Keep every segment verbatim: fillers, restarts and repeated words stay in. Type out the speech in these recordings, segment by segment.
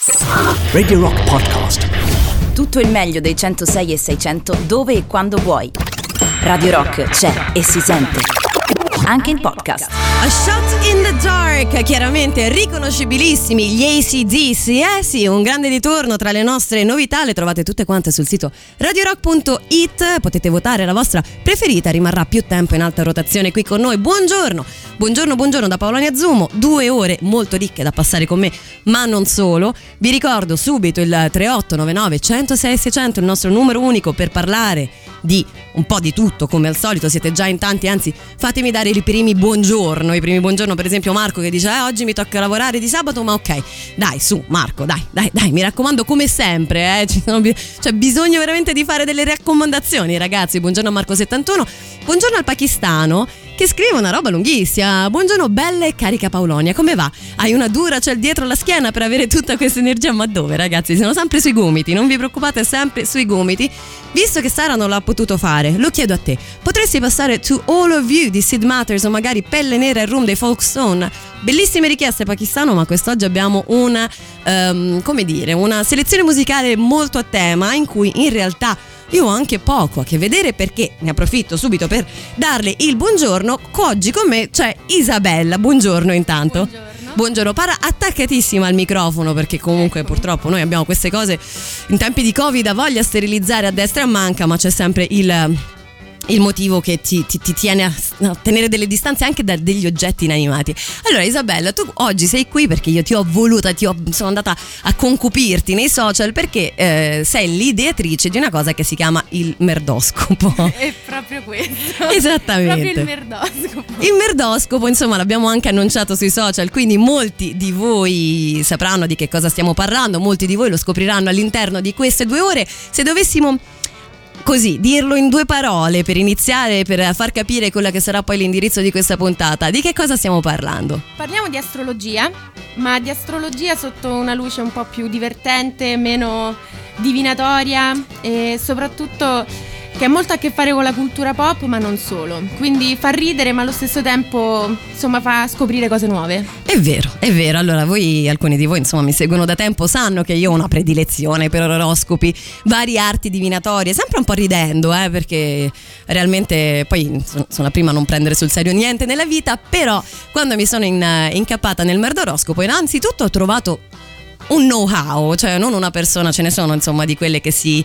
Radio Rock Podcast. Tutto il meglio dei centosei e seicento dove e quando vuoi. Radio Rock c'è e si sente anche in podcast. A Shot in the Dark, chiaramente riconoscibilissimi gli A C D C. Eh sì, un grande ritorno tra le nostre novità. Le trovate tutte quante sul sito radio rock punto it. Potete votare la vostra preferita, rimarrà più tempo in alta rotazione qui con noi. Buongiorno, buongiorno, buongiorno da Paola Niazzumo. Due ore molto ricche da passare con me, ma non solo. Vi ricordo subito il tre otto nove nove uno zero sei sei zero zero, il nostro numero unico per parlare di un po' di tutto, come al solito. Siete già in tanti, anzi fatemi dare i primi buongiorno, i primi buongiorno, per esempio Marco che dice eh, oggi mi tocca lavorare di sabato, ma ok, dai su Marco, dai, dai, dai, mi raccomando, come sempre, eh, ci sono, cioè bisogna veramente di fare delle raccomandazioni, ragazzi. Buongiorno a Marco settantuno, buongiorno al pakistano che scrive una roba lunghissima. Buongiorno bella e carica Paolonia, come va? Hai una Duracell dietro la schiena per avere tutta questa energia? Ma dove, ragazzi? Sono sempre sui gomiti, non vi preoccupate, sempre sui gomiti. Visto che Sara non l'ha potuto fare, lo chiedo a te, potresti passare To All of You di Sid Matters o magari Pelle Nera e Room dei Folkstone? Bellissime richieste pakistano, ma quest'oggi abbiamo una um, come dire, una selezione musicale molto a tema, in cui in realtà io ho anche poco a che vedere, perché ne approfitto subito per darle il buongiorno. Oggi con me c'è Isabella. Buongiorno intanto. Buongiorno. Buongiorno, para attaccatissima al microfono, perché comunque ecco, purtroppo noi abbiamo queste cose in tempi di Covid, a voglia sterilizzare a destra e a manca, ma c'è sempre il... il motivo che ti, ti, ti tiene a, a tenere delle distanze anche da degli oggetti inanimati. Allora Isabella, tu oggi sei qui perché io ti ho voluta, ti ho, sono andata a concupirti nei social, perché eh, sei l'ideatrice di una cosa che si chiama il merdoscopo. È proprio questo. Esattamente. Proprio il merdoscopo. Il merdoscopo, insomma, l'abbiamo anche annunciato sui social, quindi molti di voi sapranno di che cosa stiamo parlando, molti di voi lo scopriranno all'interno di queste due ore. Se dovessimo così dirlo in due parole per iniziare, per far capire quello che sarà poi l'indirizzo di questa puntata, di che cosa stiamo parlando? Parliamo di astrologia, ma di astrologia sotto una luce un po' più divertente, meno divinatoria e soprattutto che ha molto a che fare con la cultura pop, ma non solo. Quindi fa ridere, ma allo stesso tempo insomma fa scoprire cose nuove. È vero, è vero. Allora voi, alcuni di voi insomma mi seguono da tempo, sanno che io ho una predilezione per oroscopi, varie arti divinatorie, sempre un po' ridendo, eh, perché realmente poi sono la prima a non prendere sul serio niente nella vita, però quando mi sono in, incappata nel merdoroscopo, innanzitutto ho trovato un know-how, cioè non una persona, ce ne sono insomma di quelle che si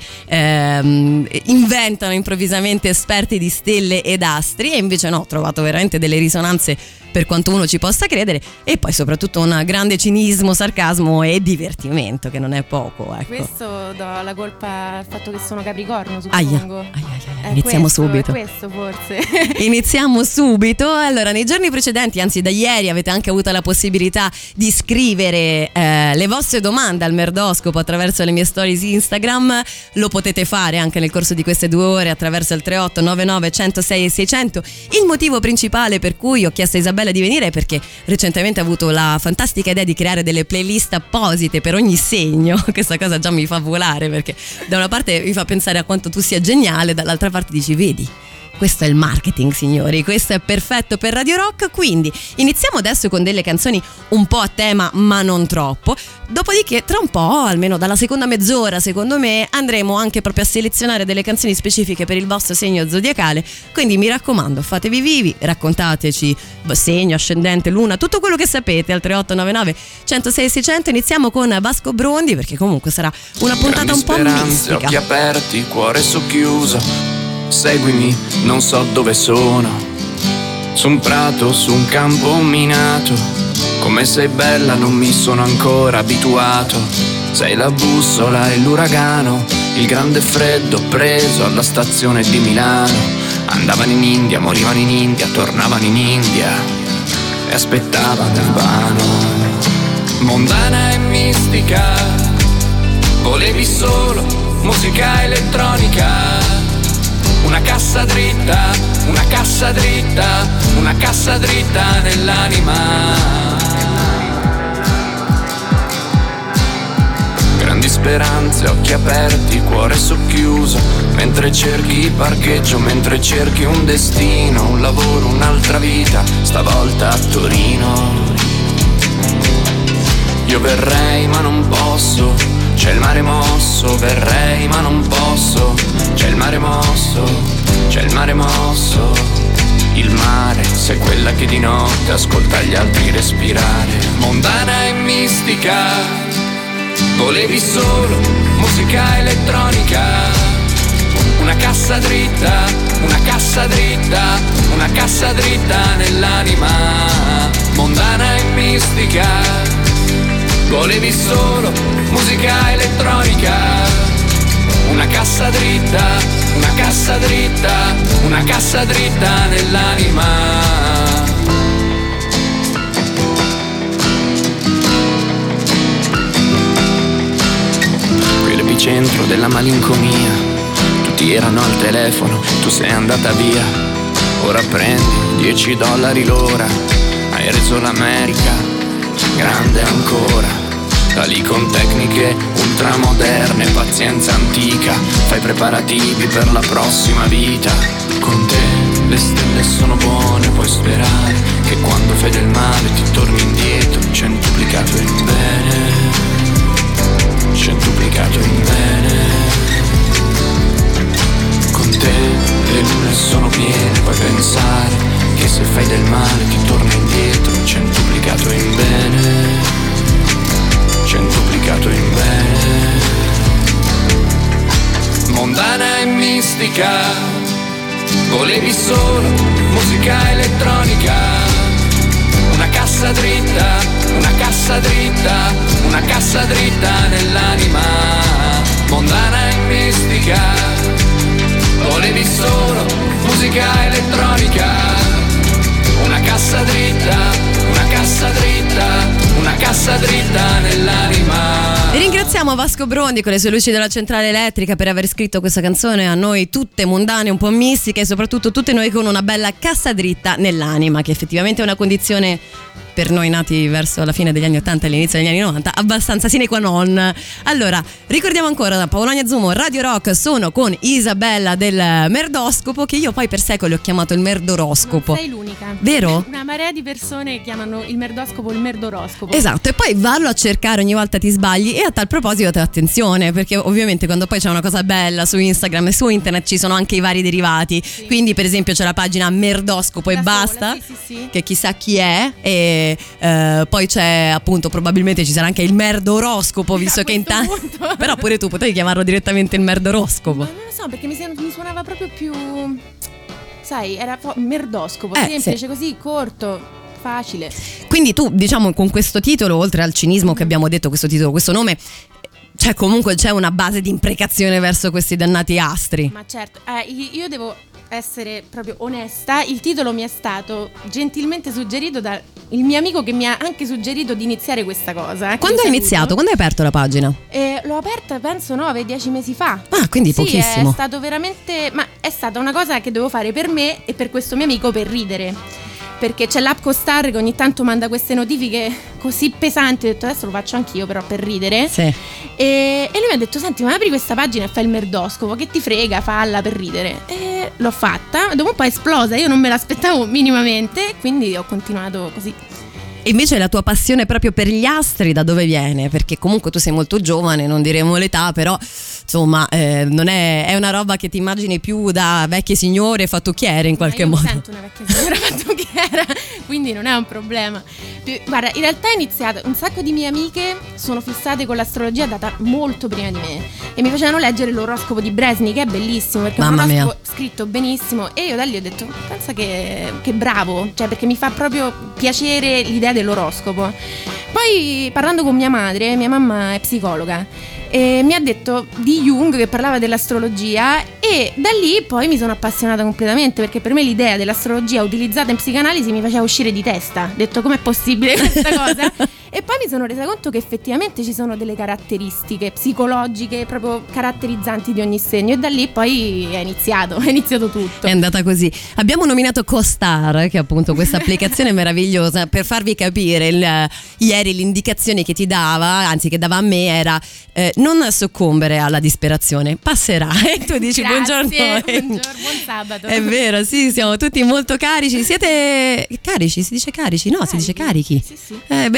ehm, inventano improvvisamente esperti di stelle ed astri, e invece no, ho trovato veramente delle risonanze per quanto uno ci possa credere, e poi soprattutto un grande cinismo, sarcasmo e divertimento, che non è poco, ecco. Questo do la colpa al fatto che sono Capricorno, suppongo. Aia, aia, aia. È Iniziamo questo, subito. È questo forse. Iniziamo subito. Allora, nei giorni precedenti, anzi da ieri, avete anche avuto la possibilità di scrivere eh, le vostre domande al merdoscopo attraverso le mie stories Instagram. Lo potete fare anche nel corso di queste due ore attraverso il tre otto nove nove uno zero sei sei zero zero. Il motivo principale per cui ho chiesto a Isabella di venire è perché recentemente ho avuto la fantastica idea di creare delle playlist apposite per ogni segno. Questa cosa già mi fa volare, perché da una parte mi fa pensare a quanto tu sia geniale, dall'altra parte dici vedi, questo è il marketing, signori, questo è perfetto per Radio Rock. Quindi iniziamo adesso con delle canzoni un po' a tema, ma non troppo. Dopodiché tra un po', almeno dalla seconda mezz'ora secondo me, andremo anche proprio a selezionare delle canzoni specifiche per il vostro segno zodiacale. Quindi mi raccomando, fatevi vivi, raccontateci segno, ascendente, luna, tutto quello che sapete al tre otto nove nove uno zero sei sei zero zero. Iniziamo con Vasco Brondi, perché comunque sarà una puntata Grandi un po' speranze, mistica. occhi aperti, cuore socchiuso. Seguimi, non so dove sono. Su un prato, su un campo minato. Come sei bella, non mi sono ancora abituato. Sei la bussola e l'uragano. Il grande freddo preso alla stazione di Milano. Andavano in India, morivano in India, tornavano in India e aspettavano invano. Mondana e mistica, volevi solo musica elettronica. Una cassa dritta, una cassa dritta, una cassa dritta nell'anima. Grandi speranze, occhi aperti, cuore socchiuso. Mentre cerchi parcheggio, mentre cerchi un destino, un lavoro, un'altra vita, stavolta a Torino. Io verrei ma non posso, parchi di notte, ascolta gli altri respirare. Mondana e mistica, volevi solo musica elettronica. Una cassa dritta, una cassa dritta, una cassa dritta nell'anima. Mondana e mistica, volevi solo musica elettronica. Una cassa dritta, una cassa dritta, una cassa dritta nell'anima. Qui l'epicentro della malinconia. Tutti erano al telefono, tu sei andata via. Ora prendi dieci dollari l'ora. Hai reso l'America grande ancora. Da lì con tecniche ultramoderne, pazienza antica, fai preparativi per la prossima vita. Con te le stelle sono buone, puoi sperare che quando fai del male ti torni indietro, centuplicato in bene, centuplicato in bene. Con te le lune sono piene, puoi pensare che se fai del male ti torni indietro, centuplicato in bene, centuplicato in bene. Mondana e mistica, volevi solo musica elettronica. Una cassa dritta, una cassa dritta, una cassa dritta nell'anima. Mondana e mistica, volevi solo musica elettronica. Una cassa dritta, una cassa dritta, una cassa dritta nell'anima. E ringraziamo Vasco Brondi con le sue luci della centrale elettrica per aver scritto questa canzone a noi tutte mondane, un po' mistiche e soprattutto tutte noi con una bella cassa dritta nell'anima, che effettivamente è una condizione per noi nati verso la fine degli anni ottanta e l'inizio degli anni novanta abbastanza sine qua non. Allora, ricordiamo ancora da Paolonia Zumo, Radio Rock, sono con Isabella del Merdoscopo, che io poi per secoli ho chiamato il Merdoroscopo. Non sei l'unica. Vero? Una marea di persone chiamano il Merdoscopo il Merdoroscopo. Esatto, e poi vallo a cercare, ogni volta ti sbagli. E a tal proposito attenzione, perché ovviamente quando poi c'è una cosa bella su Instagram e su internet ci sono anche i vari derivati, sì. Quindi per esempio c'è la pagina Merdoscopo da e sola, basta, sì, sì, sì. Che chissà chi è, e eh, poi c'è appunto probabilmente ci sarà anche il Merdoroscopo, visto che intanto però pure tu potevi chiamarlo direttamente il Merdoroscopo. Ma non lo so, perché mi, mi suonava proprio più, sai, era Merdoscopo, eh, semplice, sì. Così corto, facile. Quindi tu, diciamo, con questo titolo, oltre al cinismo mm. che abbiamo detto, questo titolo, questo nome, cioè comunque c'è una base di imprecazione verso questi dannati astri. Ma certo, eh, io devo essere proprio onesta, il titolo mi è stato gentilmente suggerito da il mio amico, che mi ha anche suggerito di iniziare questa cosa. Quando hai iniziato? Quando hai aperto la pagina? Eh, l'ho aperta penso nove dieci mesi fa. Ah, quindi sì, pochissimo. È stato veramente, ma è stata una cosa che dovevo fare per me e per questo mio amico, per ridere. Perché c'è l'app Costar che ogni tanto manda queste notifiche così pesanti. Ho detto adesso lo faccio anch'io, però per ridere. Sì. E, e lui mi ha detto senti, ma apri questa pagina e fai il Merdoscopo, che ti frega, falla per ridere. E l'ho fatta, dopo un po' è esplosa, io non me l'aspettavo minimamente, quindi ho continuato così. E invece la tua passione proprio per gli astri da dove viene? Perché comunque tu sei molto giovane, non diremo l'età, però insomma eh, non è, è una roba che ti immagini più da vecchie signore fattucchiere in qualche Ma io modo. Mi sento una vecchia signora fattucchiera, quindi non è un problema. Guarda, in realtà è iniziato, un sacco di mie amiche sono fissate con l'astrologia data molto prima di me e mi facevano leggere l'oroscopo di Bresni, che è bellissimo, perché Mamma è un oroscopo mia. scritto benissimo, e io da lì ho detto pensa che, che bravo, cioè perché mi fa proprio piacere l'idea dell'oroscopo. Poi parlando con mia madre, mia mamma è psicologa, e mi ha detto di Jung, che parlava dell'astrologia, e da lì poi mi sono appassionata completamente, perché per me l'idea dell'astrologia utilizzata in psicanalisi mi faceva uscire di testa. Ho detto com'è possibile questa cosa? E poi mi sono resa conto che effettivamente ci sono delle caratteristiche psicologiche proprio caratterizzanti di ogni segno, e da lì poi è iniziato, è iniziato tutto. È andata così. Abbiamo nominato Costar, che è appunto questa applicazione meravigliosa, per farvi capire il, ieri l'indicazione che ti dava, anzi che dava a me, era eh, non soccombere alla disperazione, passerà. E tu dici Grazie, buongiorno, buongiorno, buon sabato. È vero, sì, siamo tutti molto carici. Siete carici? Si dice carici? No, Carichi. si dice carichi. Sì, sì. Eh, beh, stavo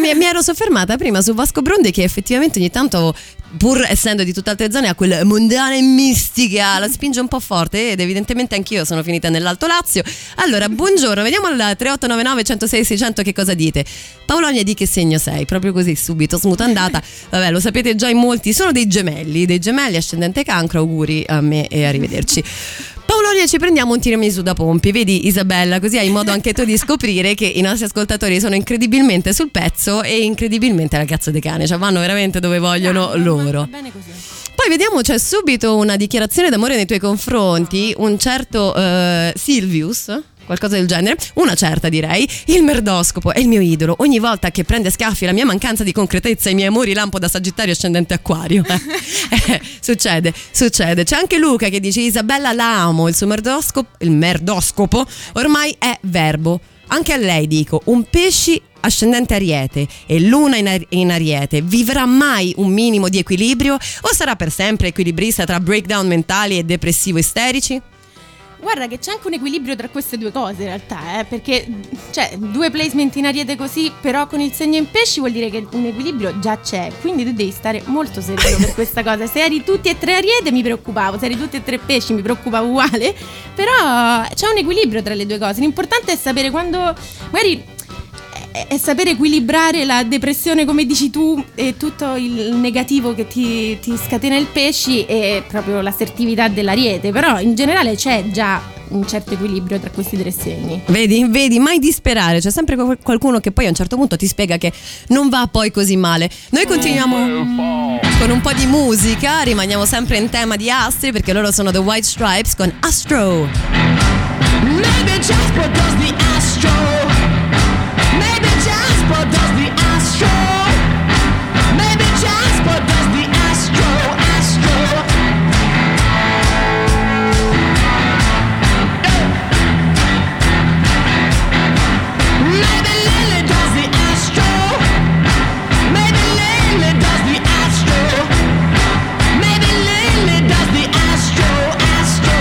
mi, mi ero soffermata prima su Vasco Brondi, che effettivamente ogni tanto, pur essendo di tutt'altre zone, ha quella mondana e mistica, la spinge un po' forte, ed evidentemente anch'io sono finita nell'Alto Lazio. Allora, buongiorno, vediamo al tre otto nove nove, centosei, seicento che cosa dite. Paolonia, di che segno sei? Proprio così, subito, smutandata. Vabbè, lo sapete già in molti, sono dei gemelli, dei gemelli ascendente Cancro, auguri a me e arrivederci. Paolonia, ci prendiamo un tiramisù da Pompi, vedi Isabella, così hai modo anche tu di scoprire che i nostri ascoltatori sono incredibilmente sul pezzo e incredibilmente alla cazzo di cane, cioè vanno veramente dove vogliono ah, loro. Bene così. Poi vediamo, c'è subito una dichiarazione d'amore nei tuoi confronti, un certo uh, Silvius, qualcosa del genere, una certa direi. Il merdoscopo è il mio idolo, ogni volta che prende a scaffi la mia mancanza di concretezza, i miei amori lampo da Sagittario ascendente Acquario. eh, succede, succede. C'è anche Luca che dice: Isabella la amo, il suo merdoscopo, il merdoscopo ormai è verbo. Anche a lei dico, un pesci ascendente Ariete e luna in, ar- in Ariete vivrà mai un minimo di equilibrio o sarà per sempre equilibrista tra breakdown mentali e depressivo isterici? Guarda che c'è anche un equilibrio tra queste due cose in realtà, eh, perché cioè due placement in Ariete così, però con il segno in pesci vuol dire che un equilibrio già c'è, quindi tu devi stare molto sereno per questa cosa. Se eri tutti e tre Ariete mi preoccupavo, se eri tutti e tre pesci mi preoccupavo uguale, però c'è un equilibrio tra le due cose. L'importante è sapere quando magari è sapere equilibrare la depressione, come dici tu, e tutto il negativo che ti, ti scatena il pesci e proprio l'assertività dell'Ariete, però in generale c'è già un certo equilibrio tra questi tre segni. Vedi, vedi, mai disperare, c'è sempre qualcuno che poi a un certo punto ti spiega che non va poi così male. Noi continuiamo con un po' di musica, rimaniamo sempre in tema di astri perché loro sono The White Stripes con Astro. Maybe Jasper does the Astro. Maybe Jasper does the Astro. Maybe Jasper does the Astro, Astro. Maybe Lily does the Astro. Maybe Lily does the Astro. Maybe Lily does the Astro, Astro.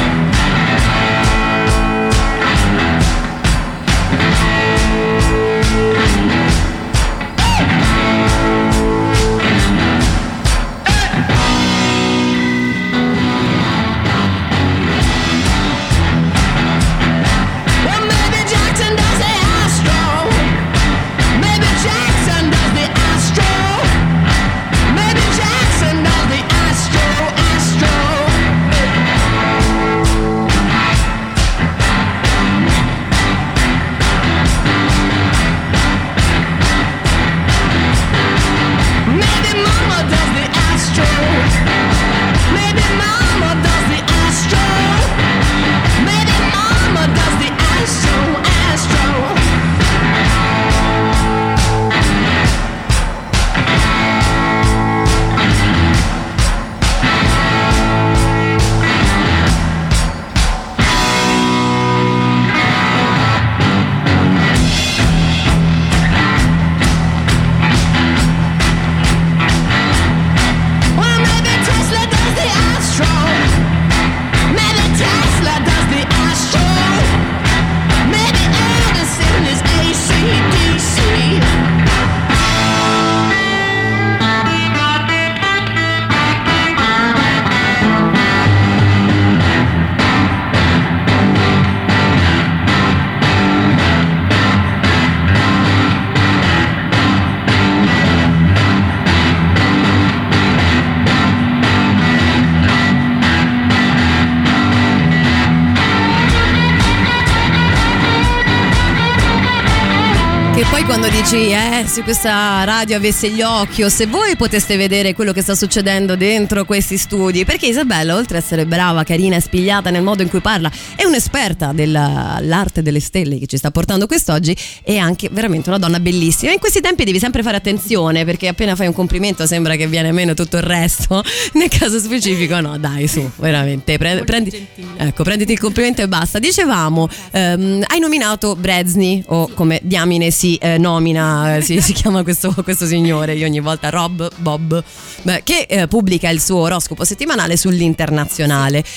Quando dici eh se questa radio avesse gli occhi o se voi poteste vedere quello che sta succedendo dentro questi studi, perché Isabella, oltre ad essere brava, carina e spigliata nel modo in cui parla, è un'esperta dell'arte delle stelle che ci sta portando quest'oggi, è anche veramente una donna bellissima. In questi tempi devi sempre fare attenzione perché appena fai un complimento sembra che viene meno tutto il resto. Nel caso specifico no, dai, su, veramente prendi, prendi, ecco, prenditi il complimento e basta. Dicevamo, ehm, hai nominato Brezni, o come diamine si eh, nomina, si, si chiama questo, questo signore, io ogni volta Rob, Bob, beh, che eh, pubblica il suo oroscopo settimanale sull'Internazionale.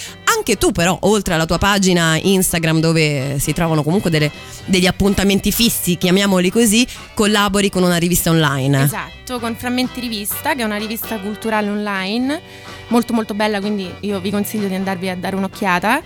anche tu però, oltre alla tua pagina Instagram dove si trovano comunque delle, degli appuntamenti fissi, chiamiamoli così, collabori con una rivista online. Esatto, con Frammenti Rivista, che è una rivista culturale online molto molto bella, quindi io vi consiglio di andarvi a dare un'occhiata.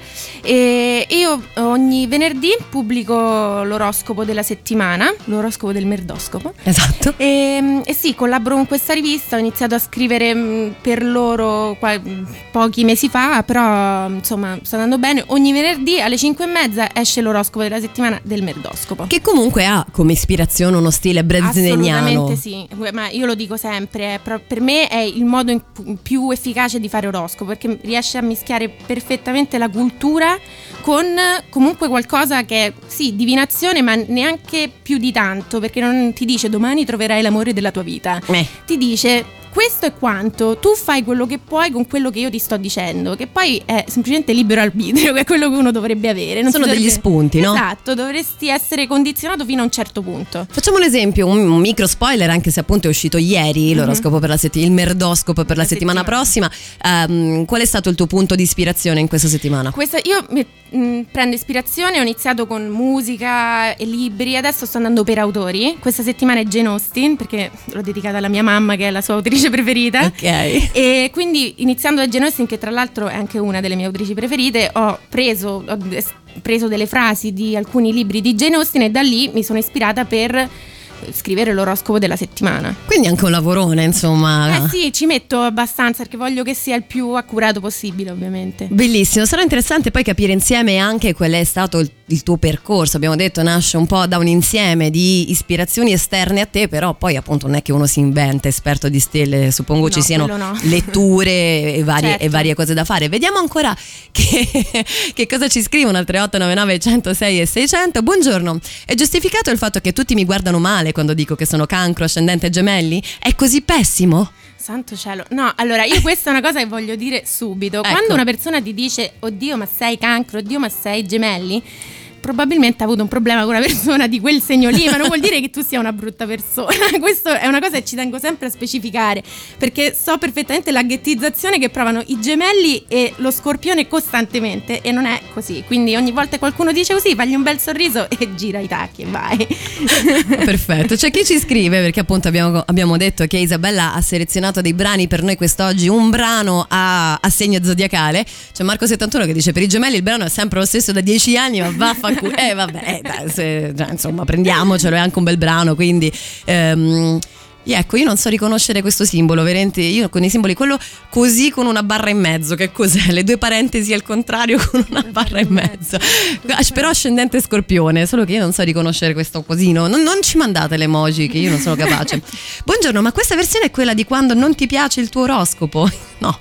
E io ogni venerdì pubblico l'oroscopo della settimana, l'oroscopo del merdoscopo. Esatto. E, e sì, collaboro con questa rivista, ho iniziato a scrivere mh, per loro qua, pochi mesi fa, però insomma sta andando bene. Ogni venerdì alle cinque e mezza esce l'oroscopo della settimana del merdoscopo, che comunque ha come ispirazione uno stile brezdeniano. Assolutamente sì, ma io lo dico sempre, eh, per me è il modo in più efficace di fare oroscopo, perché riesce a mischiare perfettamente la cultura con comunque qualcosa che è sì divinazione, ma neanche più di tanto, perché non ti dice domani troverai l'amore della tua vita, eh. ti dice questo è quanto, tu fai quello che puoi con quello che io ti sto dicendo, che poi è semplicemente libero arbitrio, che è quello che uno dovrebbe avere. Non sono dovrebbe... degli spunti, no? Esatto, dovresti essere condizionato fino a un certo punto. Facciamo un esempio, un, un micro spoiler, anche se appunto è uscito ieri mm-hmm. l'oroscopo per la settimana, il merdoscopo per la, la settimana, settimana prossima. Um, qual è stato il tuo punto di ispirazione in questa settimana? Questa, io mi, mh, prendo ispirazione, ho iniziato con musica e libri, adesso sto andando per autori. Questa settimana è Jane Austen, perché l'ho dedicata alla mia mamma, che è la sua autrice preferita. Ok. E quindi iniziando da Jane Austen, che tra l'altro è anche una delle mie autrici preferite, ho preso, ho preso delle frasi di alcuni libri di Jane Austen e da lì mi sono ispirata per scrivere l'oroscopo della settimana. Quindi anche un lavorone, insomma. Eh sì, ci metto abbastanza perché voglio che sia il più accurato possibile, ovviamente. Bellissimo, sarà interessante poi capire insieme anche qual è stato il, il tuo percorso. Abbiamo detto nasce un po' da un insieme di ispirazioni esterne a te, però poi appunto non è che uno si inventa esperto di stelle, suppongo no, ci siano no. letture e varie, certo. e varie cose da fare. Vediamo ancora che, che cosa ci scrivono al tre otto nove nove uno zero sei e seicento. Buongiorno, è giustificato il fatto che tutti mi guardano male quando dico che sono cancro, ascendente Gemelli? È così pessimo? Santo cielo. No, allora io questa è una cosa che voglio dire subito. Ecco. Quando una persona ti dice oddio ma sei cancro, oddio ma sei Gemelli, probabilmente ha avuto un problema con una persona di quel segno lì, ma non vuol dire che tu sia una brutta persona. Questo è una cosa che ci tengo sempre a specificare, perché so perfettamente la ghettizzazione che provano i gemelli e lo scorpione costantemente, e non è così. Quindi ogni volta che qualcuno dice così, fagli un bel sorriso e gira i tacchi e vai. Perfetto. C'è chi ci scrive, perché appunto abbiamo, abbiamo detto che Isabella ha selezionato dei brani per noi quest'oggi, un brano a, a segno zodiacale. C'è Marco settantuno che dice per i gemelli il brano è sempre lo stesso da dieci anni, ma vaffanculo. Eh vabbè, eh, dai, se, cioè, insomma prendiamocelo, è anche un bel brano, quindi ehm, ecco, io non so riconoscere questo simbolo, veramente. Io con i simboli, quello così con una barra in mezzo, che cos'è? Le due parentesi al contrario con una barra in mezzo. Però ascendente Scorpione, solo che io non so riconoscere questo cosino. Non, non ci mandate le emoji, che io non sono capace. Buongiorno, ma questa versione è quella di quando non ti piace il tuo oroscopo? No,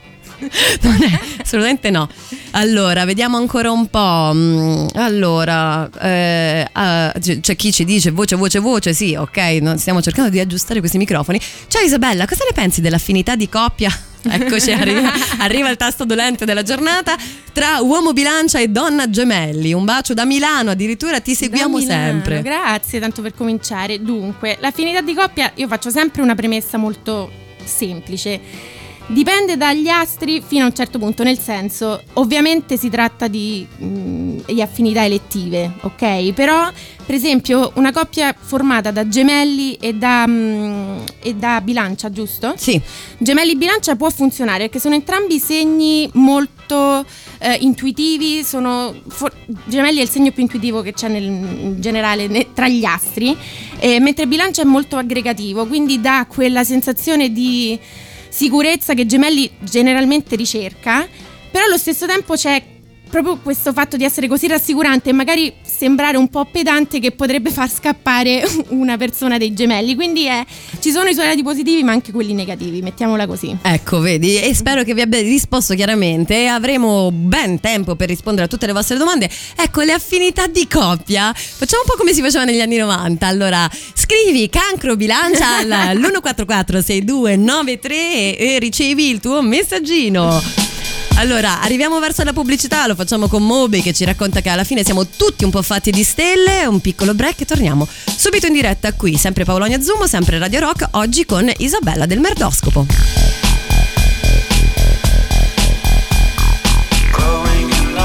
non è, assolutamente no. Allora, vediamo ancora un po'. Allora, eh, uh, c'è chi ci dice voce, voce, voce. Sì, ok, no, stiamo cercando di aggiustare questi microfoni. Ciao Isabella, cosa ne pensi dell'affinità di coppia? Eccoci, arriva, arriva il tasto dolente della giornata tra uomo bilancia e donna gemelli. Un bacio da Milano, addirittura ti seguiamo sempre. Grazie, tanto per cominciare. Dunque, l'affinità di coppia, io faccio sempre una premessa molto semplice. Dipende dagli astri fino a un certo punto, nel senso, ovviamente si tratta di, mh, di affinità elettive, ok? Però, per esempio, una coppia formata da gemelli e da, mh, e da bilancia, giusto? Sì. Gemelli bilancia può funzionare perché sono entrambi segni molto eh, intuitivi, sono for- gemelli è il segno più intuitivo che c'è nel, in generale ne, tra gli astri, eh, mentre bilancia è molto aggregativo, quindi dà quella sensazione di sicurezza che Gemelli generalmente ricerca, però allo stesso tempo c'è proprio questo fatto di essere così rassicurante e magari sembrare un po' pedante che potrebbe far scappare una persona dei gemelli, quindi è, ci sono i suoi lati positivi ma anche quelli negativi, mettiamola così. Ecco, vedi, e spero che vi abbia risposto chiaramente, avremo ben tempo per rispondere a tutte le vostre domande. Ecco, le affinità di coppia, facciamo un po' come si faceva negli anni novanta. Allora, scrivi cancro bilancia all'uno quattro quattro sei due nove tre e ricevi il tuo messaggino. Allora, arriviamo verso la pubblicità, lo facciamo con Moby che ci racconta che alla fine siamo tutti un po' fatti di stelle, un piccolo break e torniamo subito in diretta qui, sempre Paolonia Zumo, sempre Radio Rock, oggi con Isabella del Merdoscopo. Growing in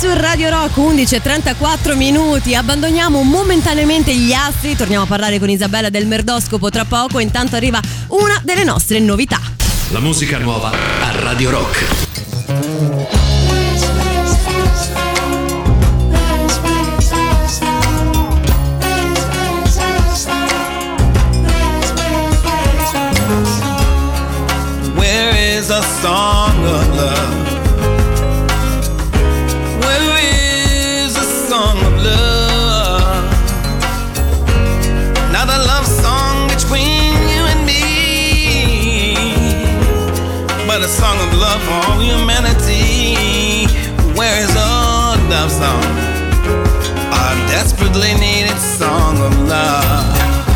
su Radio Rock, undici e trentaquattro minuti. Abbandoniamo momentaneamente gli astri, torniamo a parlare con Isabella del Merdoscopo tra poco. Intanto arriva una delle nostre novità. La musica nuova a Radio Rock. Where is a song of love? Where is a song of love? Not a love song between you and me, but a song of love for all humanity. Where is a love song? A desperately needed song of love.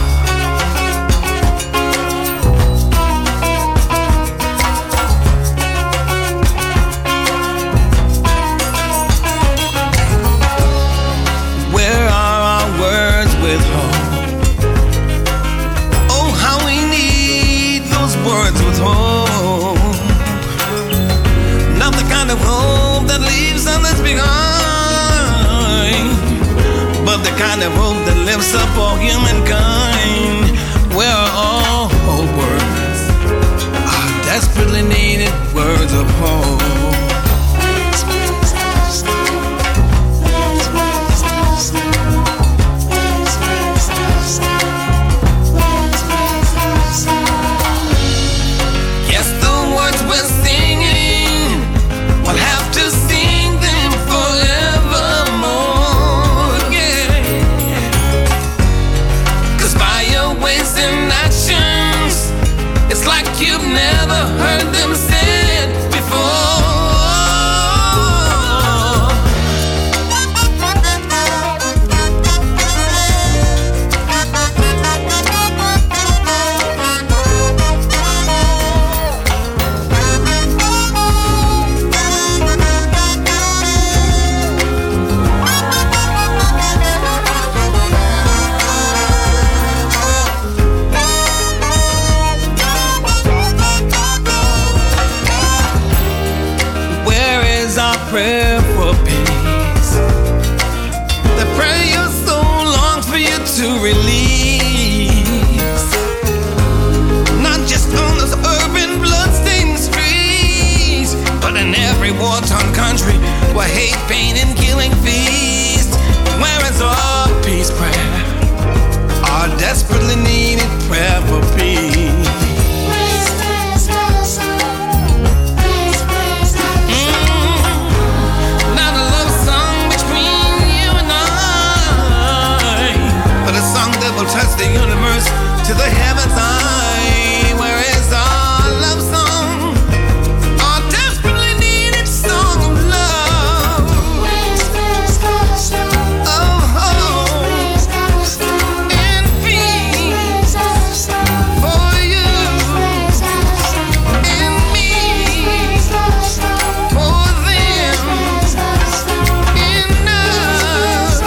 Where are our words with hope? Oh, how we need those words with hope. Not the kind of hope that leaves others behind, but the kind of hope that lifts up all humankind. Where are all hope words? Our desperately needed words of hope. Yes, the words we're singing, we'll have to sing them forevermore, yeah. 'Cause by your ways and actions, it's like you've never heard them said before. Prayer for peace, the prayer your soul longs for you to release, not just on those urban bloodstained streets, but in every war-torn country where hate, pain, and killing feast. Where is our peace prayer, our desperately needed prayer for peace? Touch the universe to the heavens high. Where is our love song? Our desperately needed song of love. Oh, oh. And peace for you and me, for them and us.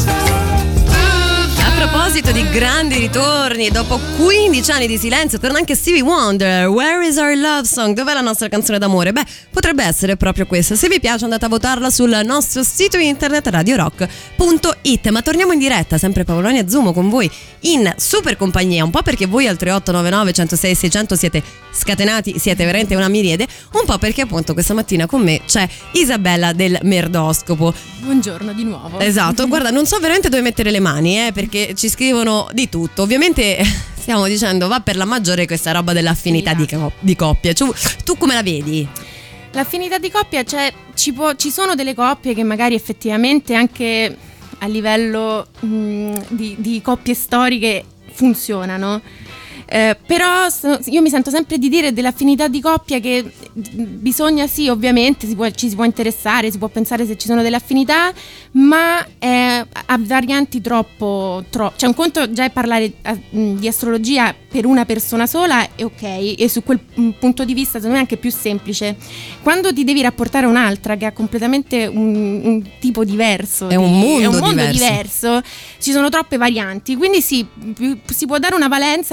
A proposito di grandi ritorni, dopo quindici anni di silenzio torna anche Stevie Wonder. Where is our love song? Dov'è la nostra canzone d'amore? Beh, potrebbe essere proprio questa. Se vi piace andate a votarla sul nostro sito internet radio rock punto it. Ma torniamo in diretta, sempre Paoloni e Zumo con voi in super compagnia, un po' perché voi al tre otto nove nove uno zero sei sei zero zero siete scatenati, siete veramente una miriade, un po' perché appunto questa mattina con me c'è Isabella del Merdoscopo. Buongiorno di nuovo. Esatto, guarda, non so veramente dove mettere le mani, eh, perché ci scrivono di tutto. Ovviamente stiamo dicendo va per la maggiore questa roba dell'affinità di, co- di coppia. Cioè, tu come la vedi? L'affinità di coppia, cioè ci, può, ci sono delle coppie che magari effettivamente anche a livello mh, di, di coppie storiche funzionano. Eh, però so, io mi sento sempre di dire dell'affinità di coppia che bisogna, sì, ovviamente si può, ci si può interessare, si può pensare se ci sono delle affinità, ma eh, a varianti troppo, troppo cioè un conto già è parlare a, di astrologia per una persona sola è ok, e su quel punto di vista secondo me è anche più semplice. Quando ti devi rapportare a un'altra che ha completamente un, un tipo diverso, è un di, mondo, è un mondo diverso. diverso, ci sono troppe varianti, quindi sì, più, si può dare una valenza e anche divertire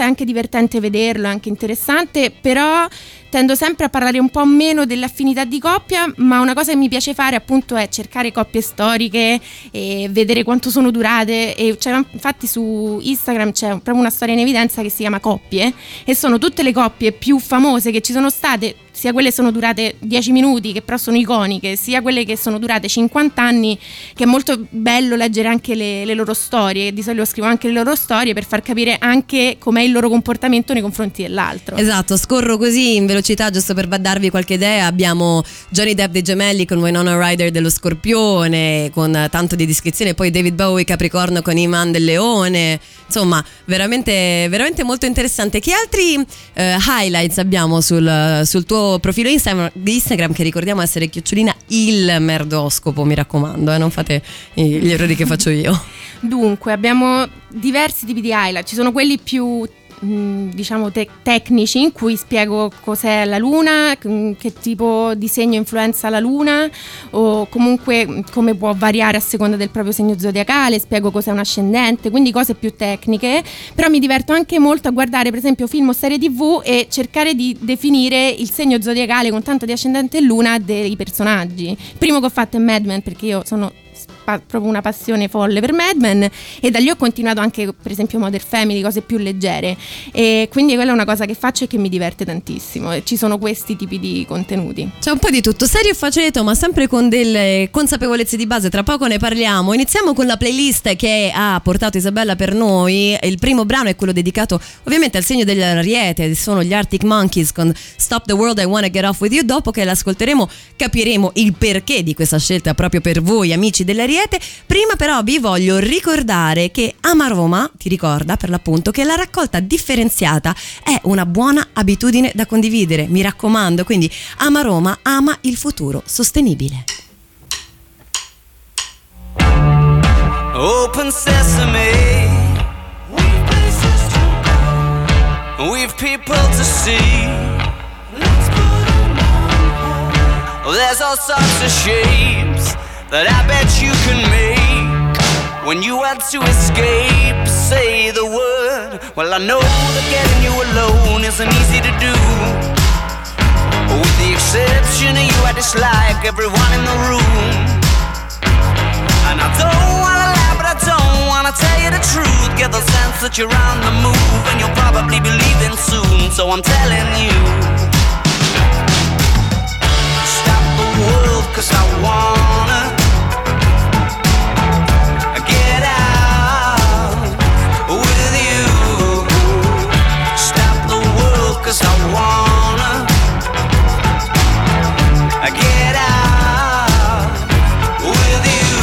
divertente vederlo, è anche interessante, però tendo sempre a parlare un po' meno dell'affinità di coppia, ma una cosa che mi piace fare appunto è cercare coppie storiche e vedere quanto sono durate, e cioè, infatti su Instagram c'è proprio una storia in evidenza che si chiama Coppie, e sono tutte le coppie più famose che ci sono state, sia quelle che sono durate dieci minuti che però sono iconiche, sia quelle che sono durate cinquanta anni, che è molto bello leggere anche le, le loro storie. Di solito scrivo anche le loro storie per far capire anche com'è il loro comportamento nei confronti dell'altro. Esatto, scorro così in velocità giusto per darvi qualche idea. Abbiamo Johnny Depp dei Gemelli con Winona Ryder dello Scorpione, con tanto di descrizione, poi David Bowie Capricorno con Iman del Leone, insomma veramente, veramente molto interessante. Che altri eh, highlights abbiamo sul, sul tuo profilo Instagram, Instagram, che ricordiamo essere chiocciolina il merdoscopo, mi raccomando, eh, non fate gli errori che faccio io. Dunque abbiamo diversi tipi di highlight, ci sono quelli più diciamo te- tecnici, in cui spiego cos'è la luna, che tipo di segno influenza la luna, o comunque come può variare a seconda del proprio segno zodiacale, spiego cos'è un ascendente, quindi cose più tecniche. Però mi diverto anche molto a guardare per esempio film o serie tv e cercare di definire il segno zodiacale con tanto di ascendente e luna dei personaggi. Il primo che ho fatto è Mad Men, perché io sono proprio una passione folle per Mad Men, e da lì ho continuato anche per esempio Modern Family, cose più leggere, e quindi quella è una cosa che faccio e che mi diverte tantissimo, e ci sono questi tipi di contenuti. C'è un po' di tutto, serio e faceto, ma sempre con delle consapevolezze di base. Tra poco ne parliamo. Iniziamo con la playlist che ha portato Isabella per noi. Il primo brano è quello dedicato ovviamente al segno dell'Ariete, sono gli Arctic Monkeys con Stop the World, I Wanna Get Off With You. Dopo che l'ascolteremo capiremo il perché di questa scelta proprio per voi amici dell'Ariete. Prima però vi voglio ricordare che Amaroma ti ricorda per l'appunto che la raccolta differenziata è una buona abitudine da condividere, mi raccomando. Quindi Amaroma ama il futuro sostenibile. Open sesame, we've places to go, we've people to see. Let's put 'em on hold. There's all sorts of shapes that I bet you can make when you want to escape. Say the word. Well, I know that getting you alone isn't easy to do. With the exception of you, I dislike everyone in the room. And I don't wanna lie, but I don't wanna tell you the truth. Get the sense that you're on the move and you'll probably be leaving soon. So I'm telling you, stop the world, 'cause I wanna get out with you. Stop the world, 'cause I wanna get out with you.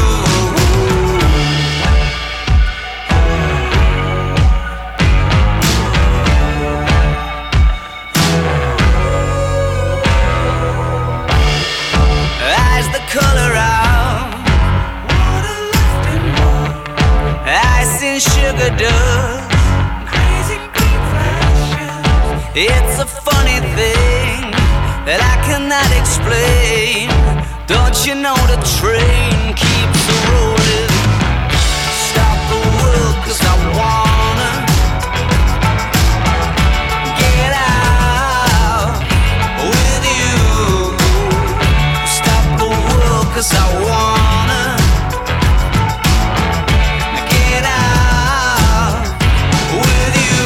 Eyes the color out, water left in more. Ice and sugar dust, crazy green flashes. It's a funny thing that I cannot explain. Don't you know the train keeps a rolling? Stop the world, 'cause I wanna get out with you. Stop the world, 'cause I wanna get out with you.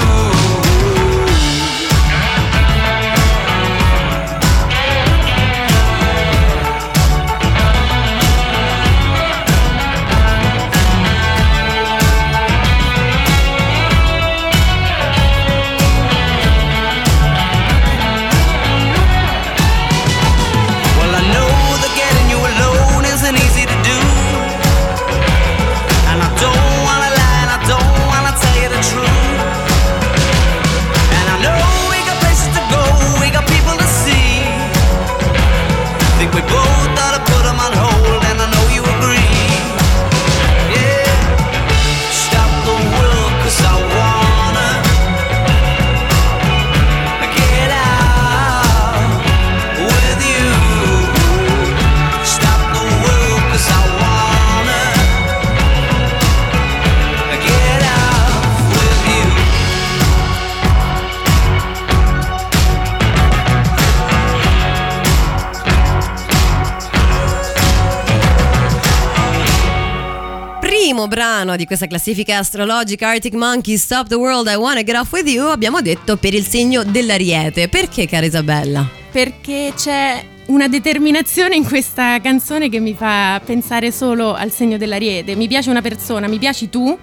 brano di questa classifica astrologica, Arctic Monkeys, Stop the World, I Wanna Get Off With You, abbiamo detto per il segno dell'Ariete. Perché, cara Isabella? Perché c'è una determinazione in questa canzone che mi fa pensare solo al segno dell'Ariete. Mi piace una persona, mi piaci tu,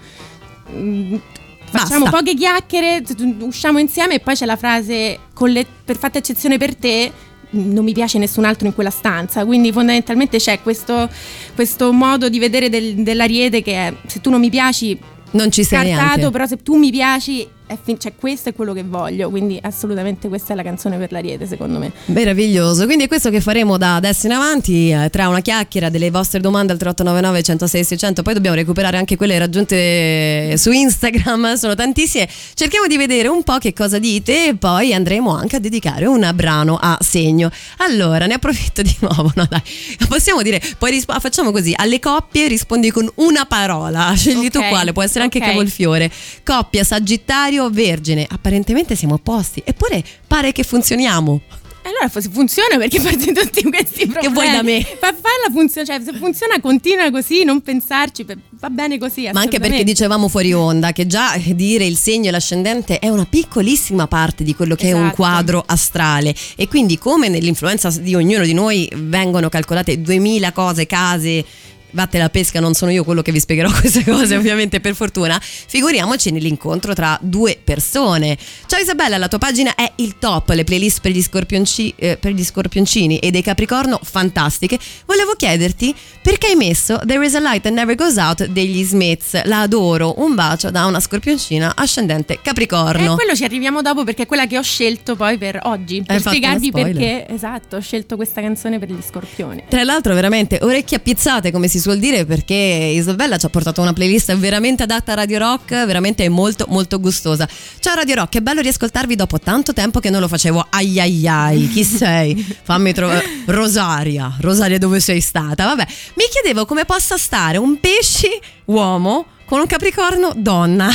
mm, facciamo Basta. poche chiacchiere, usciamo insieme, e poi c'è la frase con le, per fatta eccezione per te non mi piace nessun altro in quella stanza. Quindi fondamentalmente c'è questo, questo modo di vedere del, dell'Ariete che è: se tu non mi piaci non ci sei scartato, neanche. però se tu mi piaci è fin- cioè questo è quello che voglio. Quindi assolutamente questa è la canzone per l'Ariete, secondo me. Meraviglioso, quindi è questo che faremo da adesso in avanti, eh, tra una chiacchiera, delle vostre domande al tre otto nove nove, uno zero sei, sei zero zero. Poi dobbiamo recuperare anche quelle raggiunte su Instagram, sono tantissime. Cerchiamo di vedere un po' che cosa dite e poi andremo anche a dedicare un brano a segno. Allora, ne approfitto di nuovo, no dai, possiamo dire, poi risp- facciamo così: alle coppie rispondi con una parola, scegli tu Ok, quale, può essere anche ok. cavolfiore. Coppia Sagittario Vergine, apparentemente siamo opposti, eppure pare che funzioniamo. Allora se funziona, perché parti tutti questi problemi? Che vuoi da me? Fa farla funziona, cioè se funziona continua così, non pensarci, va bene così. Ma anche perché assolutamente. dicevamo fuori onda che già dire il segno e l'ascendente è una piccolissima parte di quello che è un Esatto. quadro astrale, e quindi come nell'influenza di ognuno di noi vengono calcolate duemila cose, case, vatte la pesca, non sono io quello che vi spiegherò queste cose ovviamente, per fortuna, figuriamoci nell'incontro tra due persone. Ciao Isabella, la tua pagina è il top, le playlist per gli, scorpionci, eh, per gli scorpioncini e dei Capricorno fantastiche. Volevo chiederti perché hai messo There is a light that never goes out degli Smiths. La adoro, un bacio da una scorpioncina ascendente Capricorno. Eh, quello ci arriviamo dopo, perché è quella che ho scelto poi per oggi, per fatto spiegarvi uno spoiler. perché, esatto, ho scelto questa canzone per gli Scorpioni. Tra l'altro veramente orecchie appizzate, come si suol dire, perché Isabella ci ha portato una playlist veramente adatta a Radio Rock, veramente molto molto gustosa. Ciao Radio Rock, è bello riascoltarvi dopo tanto tempo che non lo facevo. Ai ai ai, chi sei? Fammi trovare. Rosaria, Rosaria, dove sei stata? Vabbè, mi chiedevo come possa stare un pesci uomo con un Capricorno donna.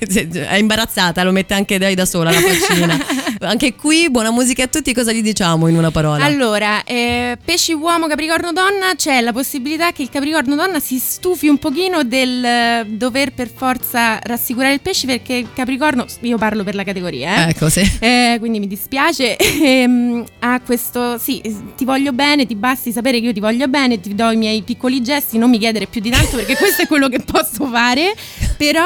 È imbarazzata, lo mette anche lei da sola la faccina. Anche qui buona musica a tutti, cosa gli diciamo in una parola? Allora, eh, pesci uomo, Capricorno donna, c'è la possibilità che il Capricorno donna si stufi un pochino del eh, dover per forza rassicurare il pesce, perché il Capricorno, io parlo per la categoria, eh, Ecco, sì. eh, quindi mi dispiace, ehm, ha questo, sì, ti voglio bene, ti basti sapere che io ti voglio bene, ti do i miei piccoli gesti, non mi chiedere più di tanto perché questo è quello che posso fare, però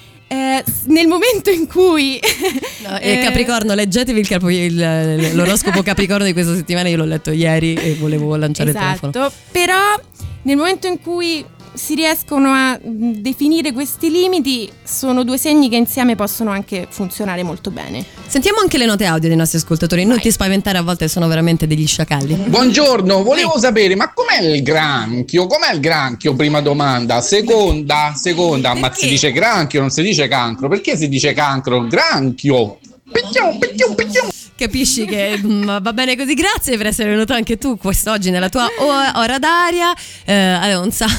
eh, nel momento in cui No, eh, Capricorno, leggetevi il capo- il- l'oroscopo Capricorno di questa settimana, io l'ho letto ieri e volevo lanciare esatto, il telefono. però nel momento in cui si riescono a mh, definire questi limiti, sono due segni che insieme possono anche funzionare molto bene. Sentiamo anche le note audio dei nostri ascoltatori. Non Vai. ti spaventare, a volte sono veramente degli sciacalli. Buongiorno, volevo sapere, ma com'è il granchio? Com'è il granchio? Prima domanda. Seconda, seconda, ma Perché? si dice granchio, non si dice cancro. Perché si dice cancro? Granchio. Picchium, picchium, picchium. Capisci che mm, va bene così. Grazie per essere venuto anche tu quest'oggi nella tua o- ora d'aria. Eh, allora, non so,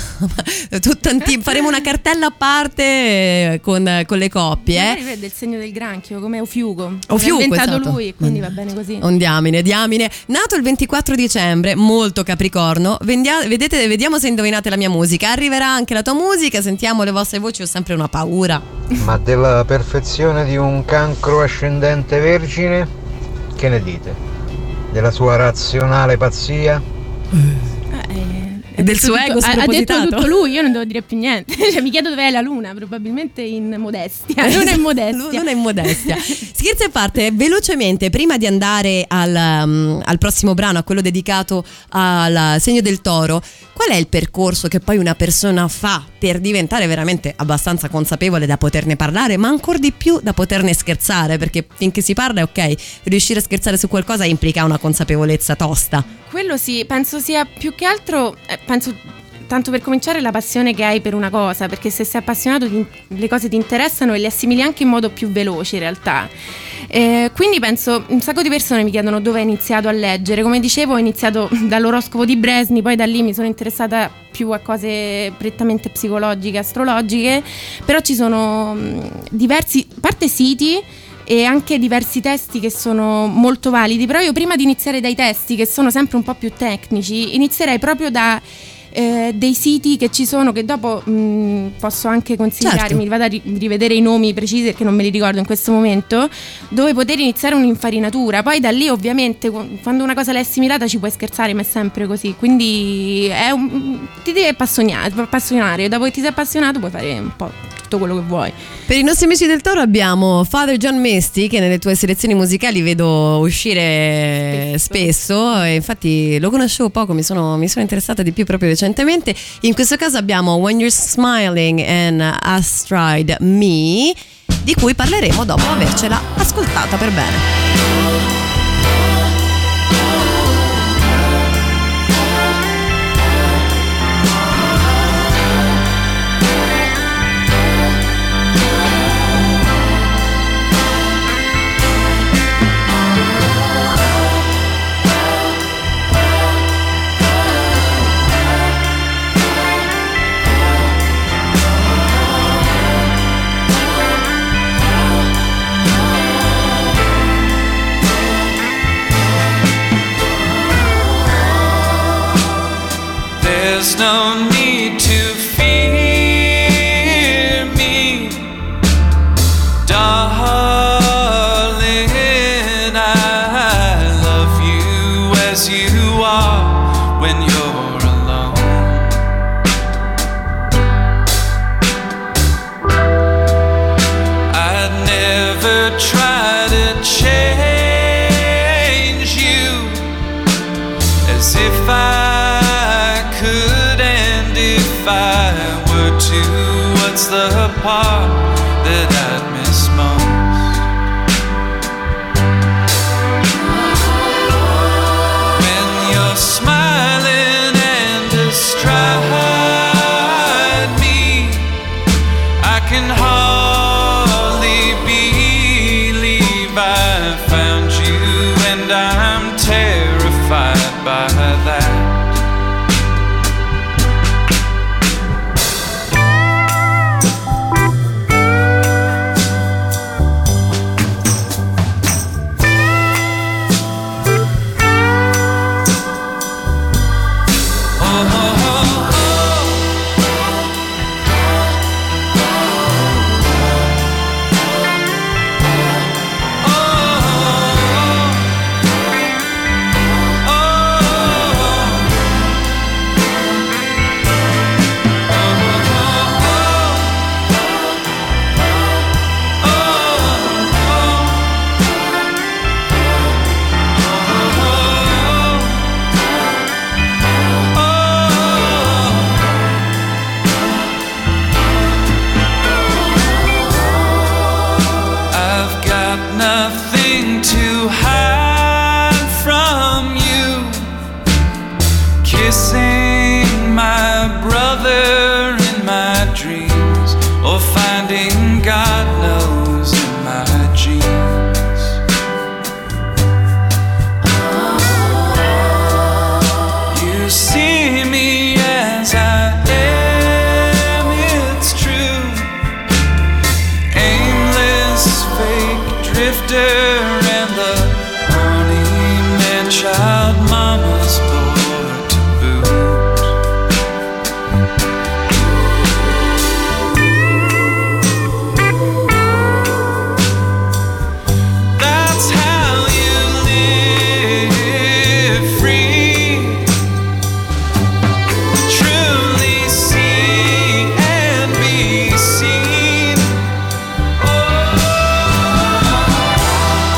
tu tanti- faremo una cartella a parte eh, con, con le coppie. Magari Eh. vede il segno del granchio come Ofiugo. Ofiugo, L'ha inventato esatto. lui, quindi va bene così. Un diamine, diamine. Nato il ventiquattro dicembre, molto Capricorno. Vendia- vedete, vediamo se indovinate la mia musica. Arriverà anche la tua musica, sentiamo le vostre voci, ho sempre una paura. Ma della perfezione di un cancro ascendente vergine, che ne dite? Della sua razionale pazzia? E del suo tutto- ego ha, ha detto spropositato. tutto lui, io non devo dire più niente. Cioè, mi chiedo dove è la luna, probabilmente in modestia. Non è in modestia. Non è in modestia. Scherzi a parte, velocemente, prima di andare al, um, al prossimo brano, a quello dedicato al segno del Toro, qual è il percorso che poi una persona fa per diventare veramente abbastanza consapevole da poterne parlare, ma ancora di più da poterne scherzare? Perché finché si parla è ok, riuscire a scherzare su qualcosa implica una consapevolezza tosta. Quello sì, penso sia più che altro, eh, penso tanto per cominciare la passione che hai per una cosa, perché se sei appassionato ti- le cose ti interessano e le assimili anche in modo più veloce in realtà. Eh, quindi penso, un sacco di persone mi chiedono dove ho iniziato a leggere. Come dicevo, ho iniziato dall'oroscopo di Bresni, poi da lì mi sono interessata più a cose prettamente psicologiche, astrologiche, però ci sono mh, diversi, a parte siti e anche diversi testi che sono molto validi, però io prima di iniziare dai testi che sono sempre un po' più tecnici, inizierei proprio da eh, dei siti che ci sono, che dopo mh, posso anche consigliarmi, Certo. vado a ri- rivedere i nomi precisi perché non me li ricordo in questo momento, dove poter iniziare un'infarinatura. Poi da lì ovviamente qu- quando una cosa l'è assimilata ci puoi scherzare, ma è sempre così, quindi è un, ti devi appassionare, appassionare, dopo che ti sei appassionato puoi fare un po' tutto quello che vuoi. Per i nostri amici del Toro abbiamo Father John Misty, che nelle tue selezioni musicali vedo uscire spesso, e infatti lo conoscevo poco, mi sono, mi sono interessata di più proprio recentemente. In questo caso abbiamo When You're Smiling and Astride Me, di cui parleremo dopo avercela ascoltata per bene. There's no need to fear me, darling. I love you as you are when you're alone. I'd never try to change you as if I could, and if I were to, what's the part that I'd miss most? When you're smiling and astride me, I can hardly believe I found you, and I'm terrified by that. Nothing to hide from you, kissing my brother in my dreams, or finding God knows in my jeans. You see me as I am, it's true, aimless, fake drifter, and the horny man-child mama's boy to boot. That's how you live free, truly see and be seen. Oh,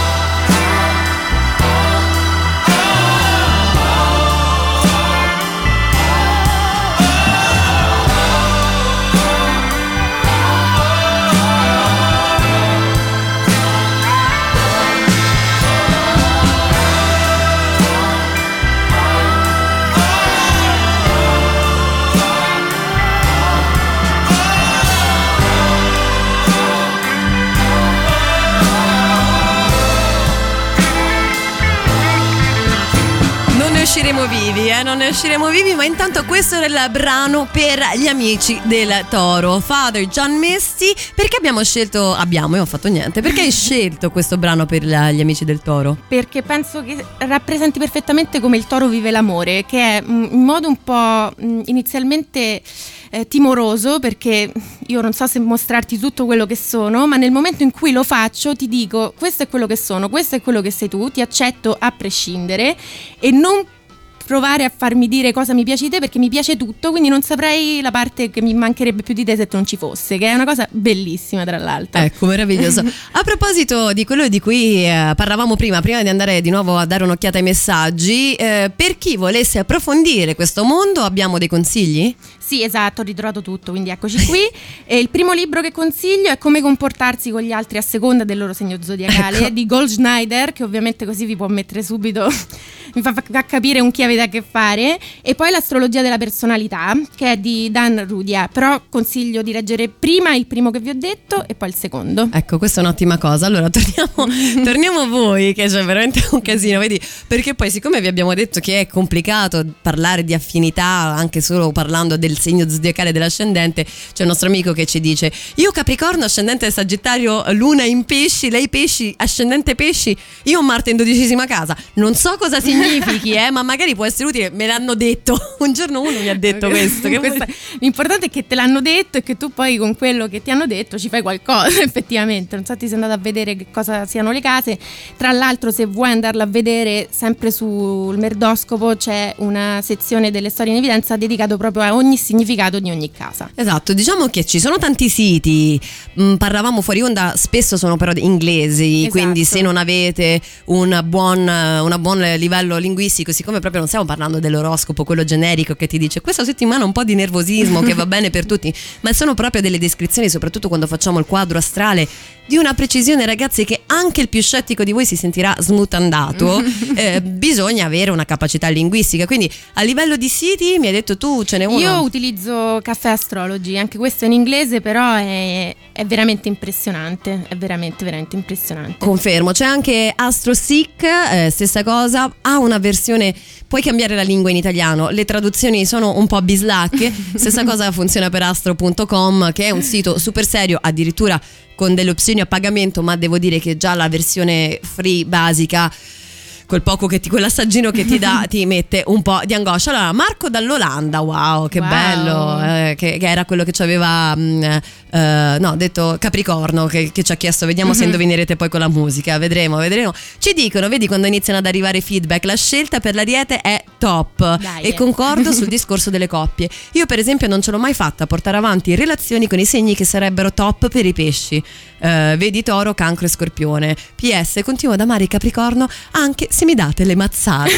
usciremo vivi, eh? Non ne usciremo vivi, ma intanto questo era il brano per gli amici del Toro, Father John Misty. Perché abbiamo scelto, abbiamo, io non ho fatto niente, perché hai scelto questo brano per la, gli amici del Toro? Perché penso che rappresenti perfettamente come il toro vive l'amore, che è in modo un po' inizialmente eh, timoroso, perché io non so se mostrarti tutto quello che sono, ma nel momento in cui lo faccio ti dico: questo è quello che sono, questo è quello che sei tu, ti accetto a prescindere e non provare a farmi dire cosa mi piace di te, perché mi piace tutto, quindi non saprei la parte che mi mancherebbe più di te se tu non ci fosse, che è una cosa bellissima tra l'altro. Ecco, meraviglioso. A proposito di quello di cui eh, parlavamo prima, prima di andare di nuovo a dare un'occhiata ai messaggi, eh, per chi volesse approfondire questo mondo abbiamo dei consigli? Sì, esatto, ho ritrovato tutto, quindi eccoci qui. E il primo libro che consiglio è Come comportarsi con gli altri a seconda del loro segno zodiacale, ecco, di Goldschneider, che ovviamente così vi può mettere subito, mi fa, fa capire con chi avete a che fare. E poi L'astrologia della personalità, che è di Dan Rudia, però consiglio di leggere prima il primo che vi ho detto e poi il secondo. Ecco, questa è un'ottima cosa. Allora torniamo, torniamo a voi, che c'è veramente un casino, vedi? Perché poi, siccome vi abbiamo detto che è complicato parlare di affinità anche solo parlando del segno zodiacale dell'ascendente, c'è un nostro amico che ci dice: io Capricorno, ascendente Sagittario, Luna in Pesci, lei Pesci, ascendente Pesci, io ho Marte in dodicesima casa. Non so cosa significhi, eh, ma magari può essere utile. Me l'hanno detto, un giorno uno mi ha detto questo, che Questa, l'importante è che te l'hanno detto e che tu poi con quello che ti hanno detto ci fai qualcosa effettivamente. Non so se ti sei andato a vedere che cosa siano le case. Tra l'altro, se vuoi andarla a vedere, sempre sul Merdoscopo c'è una sezione delle storie in evidenza dedicato proprio a ogni significato di ogni casa. Esatto, diciamo che ci sono tanti siti, mm, parlavamo fuori onda, spesso sono però inglesi, esatto. Quindi se non avete un buon, un buon livello linguistico, siccome proprio non stiamo parlando dell'oroscopo, quello generico che ti dice questa settimana un po' di nervosismo che va bene per tutti, ma sono proprio delle descrizioni, soprattutto quando facciamo il quadro astrale, di una precisione, ragazzi, che anche il più scettico di voi si sentirà smutandato. eh, bisogna avere una capacità linguistica, quindi a livello di siti mi hai detto tu ce n'è uno? Io utilizzo Caffè Astrology, anche questo è in inglese, però è, è veramente impressionante, è veramente veramente impressionante. Confermo. C'è anche AstroSeek, eh, stessa cosa, ha una versione, puoi cambiare la lingua in italiano, le traduzioni sono un po' bislacche. Stessa cosa funziona per astro punto com, che è un sito super serio, addirittura con delle opzioni a pagamento, ma devo dire che già la versione free basica, quel poco che ti, quell'assaggino che ti dà ti mette un po' di angoscia. Allora, Marco dall'Olanda, wow, che wow. bello, eh, che, che era quello che ci aveva mh, eh, no, detto Capricorno, che, che ci ha chiesto, vediamo mm-hmm. se indovinerete poi con la musica, vedremo, vedremo. Ci dicono, vedi, quando iniziano ad arrivare feedback, la scelta per l'Ariete è top. Dai, e eh. concordo sul discorso delle coppie. Io per esempio non ce l'ho mai fatta a portare avanti relazioni con i segni che sarebbero top per i pesci, eh, vedi Toro, Cancro e Scorpione. P S, continuo ad amare il Capricorno anche se mi date le mazzate.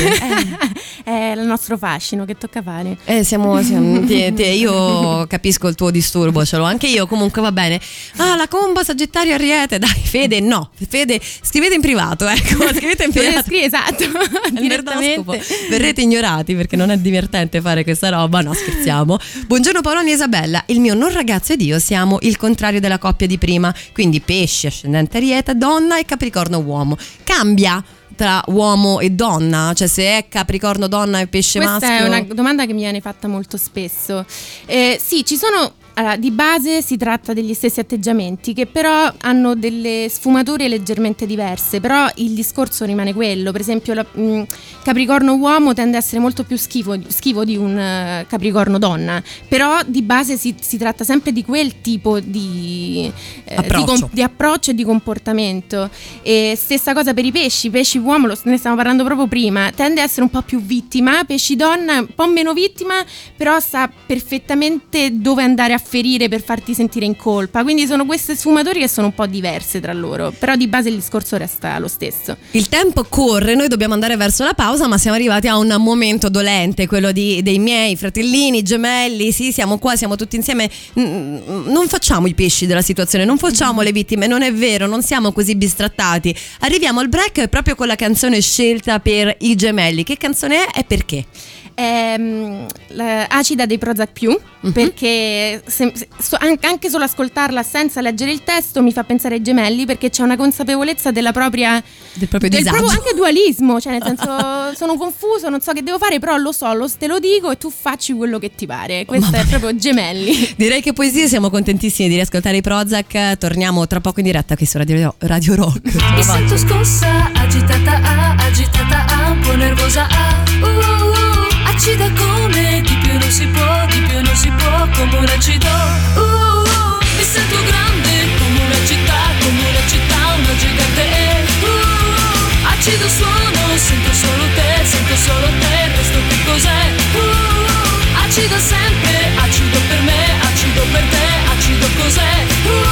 eh. È il nostro fascino, che tocca fare. Eh, siamo, siamo te, te, io capisco il tuo disturbo, ce l'ho anche io, comunque va bene. Ah, la combo Sagittario Ariete, dai, Fede, no, Fede, scrivete in privato, ecco, scrivete in privato. Scrive, esatto, direttamente. Verrete ignorati perché non è divertente fare questa roba, no, scherziamo. Buongiorno Paoloni e Isabella, il mio non ragazzo ed io siamo il contrario della coppia di prima, quindi pesci, ascendente Ariete, donna, e Capricorno uomo. Cambia tra uomo e donna, cioè se è Capricorno donna e pesce Questa maschio? Questa è una domanda che mi viene fatta molto spesso. Eh, sì, ci sono. Allora, di base si tratta degli stessi atteggiamenti, che però hanno delle sfumature leggermente diverse, però il discorso rimane quello. Per esempio la, mh, Capricorno uomo tende a essere molto più schifo, schivo di un uh, Capricorno donna, però di base si, si tratta sempre di quel tipo di, eh, approccio. di, com- di approccio e di comportamento. E stessa cosa per i pesci, pesci uomo, lo, ne stiamo parlando proprio prima, tende a essere un po' più vittima, pesci donna un po' meno vittima, però sa perfettamente dove andare a ferire per farti sentire in colpa, quindi sono queste sfumature che sono un po' diverse tra loro, però di base il discorso resta lo stesso. Il tempo corre, noi dobbiamo andare verso la pausa, ma siamo arrivati a un momento dolente, quello di, dei miei fratellini gemelli. Sì, siamo qua, siamo tutti insieme. Non facciamo i pesci della situazione, non facciamo le vittime, non è vero, non siamo così bistrattati. Arriviamo al break proprio con la canzone scelta per i gemelli. Che canzone è e perché? è um, Acida dei Prozac più, uh-huh. perché se, se, so, anche solo ascoltarla senza leggere il testo mi fa pensare ai Gemelli, perché c'è una consapevolezza della propria del proprio del disagio, proprio anche dualismo, cioè nel senso sono confuso, non so che devo fare, però lo so, lo te lo dico e tu facci quello che ti pare. Questo Mamma è proprio Gemelli. Direi che poesie, siamo contentissimi di riascoltare i Prozac. Torniamo tra poco in diretta qui su Radio, Radio Rock. Mi sento scossa, agitata, ah, agitata, ah, un po' nervosa, ah, uh, uh, uh, acida come di più non si può, di più non si può, come un acido, uh, uh, uh, mi sento grande come una città, come una città, una gigante, uh, uh, uh, acido suono, sento solo te, sento solo te, il resto che cos'è, uh, uh, uh, acido sempre, acido per me, acido per te, acido cos'è, uh, uh,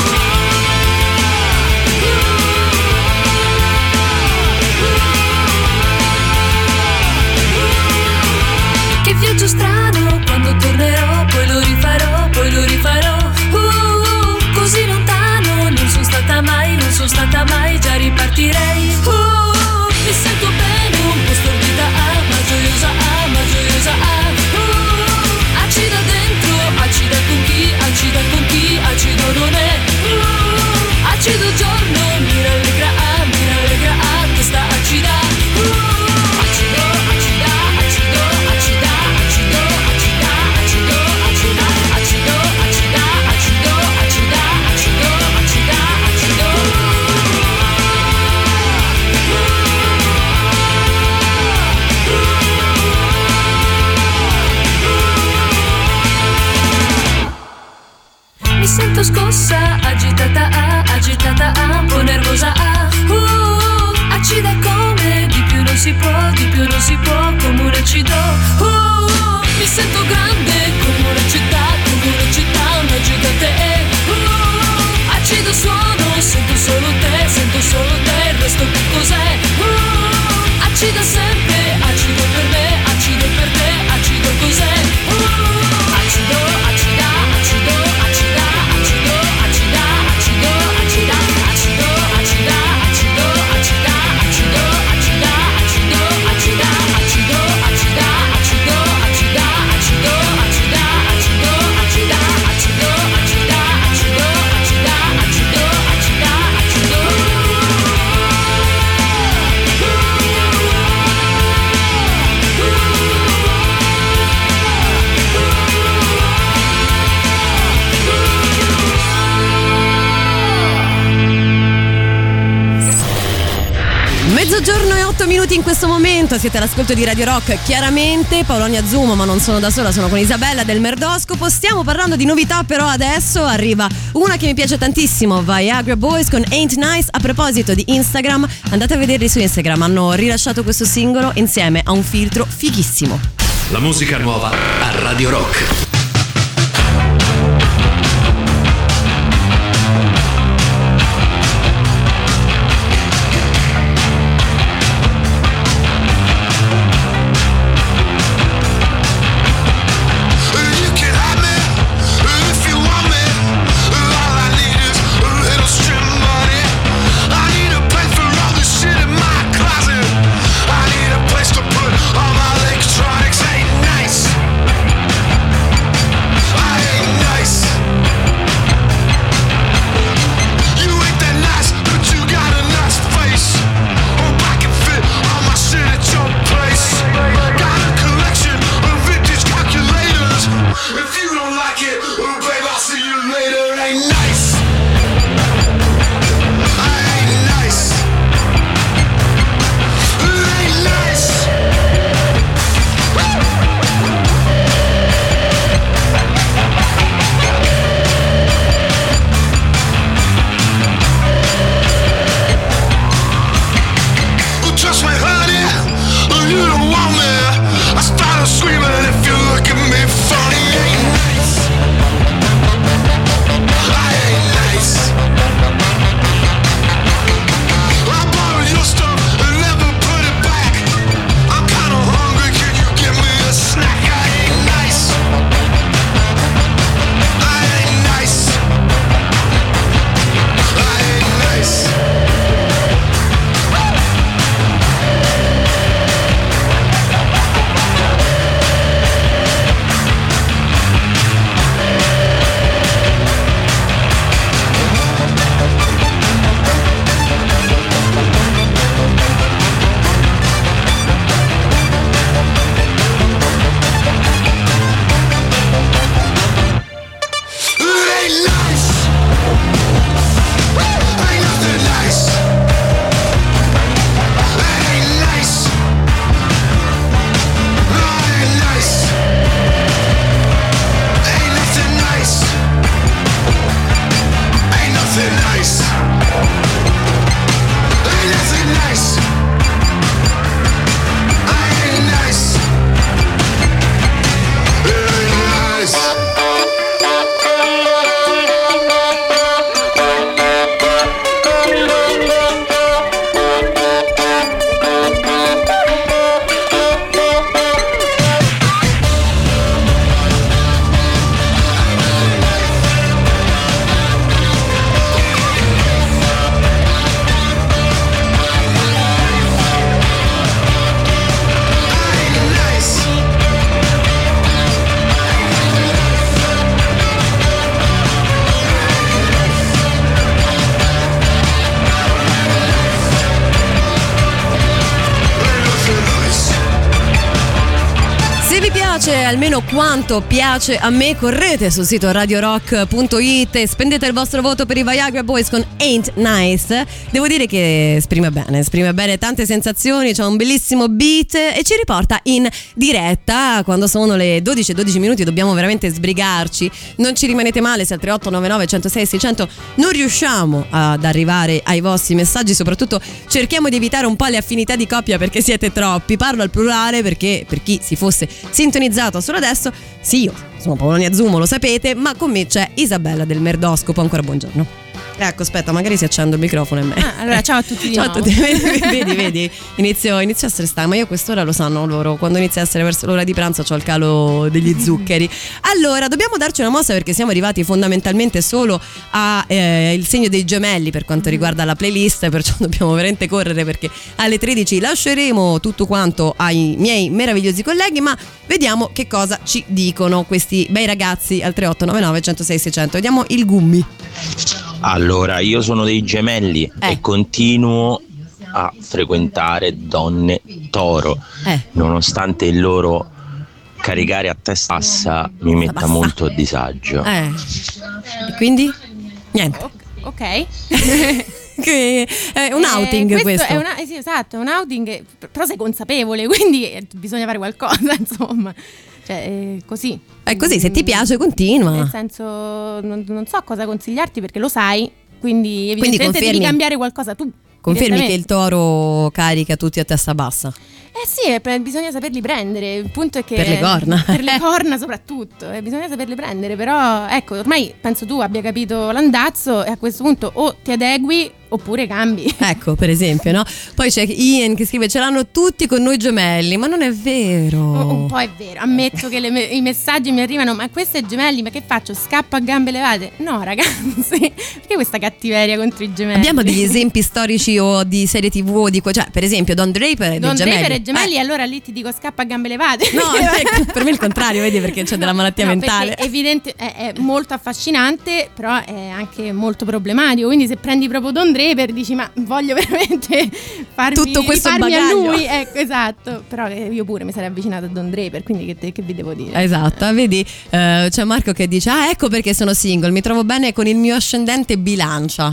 che viaggio strano, quando tornerò, poi lo rifarò, poi lo rifarò, uh, uh, così lontano, non sono stata mai, non sono stata mai, già ripartirei, uh, uh, mi sento bene, un po' stordita, ah, ma gioiosa, ah, ma gioiosa, ah, uh, uh, acida dentro, acida con chi, acida con chi, acido non è, uh, uh, acido giorno, mi rallegra, ah, mi rallegra, ah, questa acida, uh, uh, acido, acida, acido, acida, acido, acida, acido, acida, acido, acida, acido, acida, acido, acida, acido. Mi sento scossa, agitata, ah, agitata, ah, un po' nervosa, ah, uh, uh, acida come di più non si può, di più non si può, come un acido, uh, uh, mi sento grande come una città, come una città, una gigante, uh, uh, acido suono, sento solo te, sento solo te, il resto che cos'è, uh, uh, acido sempre, acido per me, acido per te, acido cos'è, uh, uh, acido, acida, acido, acida, acido, acida, acido, acida, acido, acida, acido, acida, acido, acida, acido, acida, acido, acida, acido, acida, acido, acida, acido, acida, acido, acida, acido, acida, acido, acida, acido. Mezzogiorno e otto minuti in questo momento, siete all'ascolto di Radio Rock, chiaramente Paolonia Zumo, ma non sono da sola, sono con Isabella del Merdoscopo. Stiamo parlando di novità, però adesso arriva una che mi piace tantissimo, Viagra Boys con Ain't Nice. A proposito di Instagram, andate a vederli su Instagram, hanno rilasciato questo singolo insieme a un filtro fighissimo. La musica nuova a Radio Rock. Place to put all my electronics. Ain't nice. piace almeno quanto piace a me, correte sul sito radio rock punto it e spendete il vostro voto per i Viagra Boys con Ain't Nice. Devo dire che esprime bene, esprime bene tante sensazioni, c'ha un bellissimo beat e ci riporta in diretta quando sono le dodici e dodici minuti. Dobbiamo veramente sbrigarci, non ci rimanete male se al tre otto nove nove uno zero sei sei zero zero non riusciamo ad arrivare ai vostri messaggi. Soprattutto cerchiamo di evitare un po' le affinità di coppia perché siete troppi. Parlo al plurale perché per chi si fosse sintonizzato solo adesso, sì, io sono Polonia Zumo, lo sapete, ma con me c'è Isabella del Merdoscopo. Ancora buongiorno. Ecco, aspetta, magari si accende il microfono e me. Ah, allora ciao a tutti di ciao nuovo. a tutti. Vedi, vedi, inizio, inizio a essere stanca, ma io a quest'ora lo sanno loro, quando inizia a essere verso l'ora di pranzo c'ho il calo degli zuccheri. Allora, dobbiamo darci una mossa perché siamo arrivati fondamentalmente solo a eh, il segno dei gemelli per quanto riguarda la playlist, perciò dobbiamo veramente correre perché alle tredici lasceremo tutto quanto ai miei meravigliosi colleghi, ma vediamo che cosa ci dicono questi bei ragazzi al tre otto nove nove uno zero sei sei zero zero. Vediamo il Gummi. Allora, io sono dei gemelli eh. e continuo a frequentare donne toro, eh. nonostante il loro caricare a testa bassa mi metta bassa. molto a disagio. Eh. E quindi? Niente. Ok. Che è un outing eh, questo. È una, eh sì, esatto, è un outing, però sei consapevole, quindi eh, bisogna fare qualcosa, insomma. Cioè, eh, così. È così, se ti piace continua. Nel senso, non, non so cosa consigliarti perché lo sai, quindi evidentemente quindi confermi, devi cambiare qualcosa tu. Confermi che il toro carica tutti a testa bassa? Eh sì, eh, bisogna saperli prendere. Il punto è che per le corna. Per le corna soprattutto, eh, bisogna saperli prendere. Però ecco, ormai penso tu abbia capito l'andazzo e a questo punto o ti adegui oppure cambi. Ecco, per esempio, no? Poi c'è Ian che scrive: ce l'hanno tutti con noi gemelli, ma non è vero. O, un po' è vero, ammetto che le, i messaggi mi arrivano: ma questo è gemelli, ma che faccio? Scappo a gambe levate? No ragazzi, perché questa cattiveria contro i gemelli? Abbiamo degli esempi storici o di serie tv o di, cioè per esempio Don Draper è Don dei gemelli. Draper è gemelli, eh. allora lì ti dico scappa a gambe levate. No, ecco, per me è il contrario, vedi, perché c'è della malattia no, mentale. È evidente, è, è molto affascinante, però è anche molto problematico. Quindi se prendi proprio Don Draper dici: ma voglio veramente farmi, tutto questo farmi a bagaglio. lui, ecco, esatto. Però io pure mi sarei avvicinata a Don Draper, quindi che, che vi devo dire? Esatto, vedi, eh, c'è Marco che dice: ah, ecco perché sono single, mi trovo bene con il mio ascendente bilancia.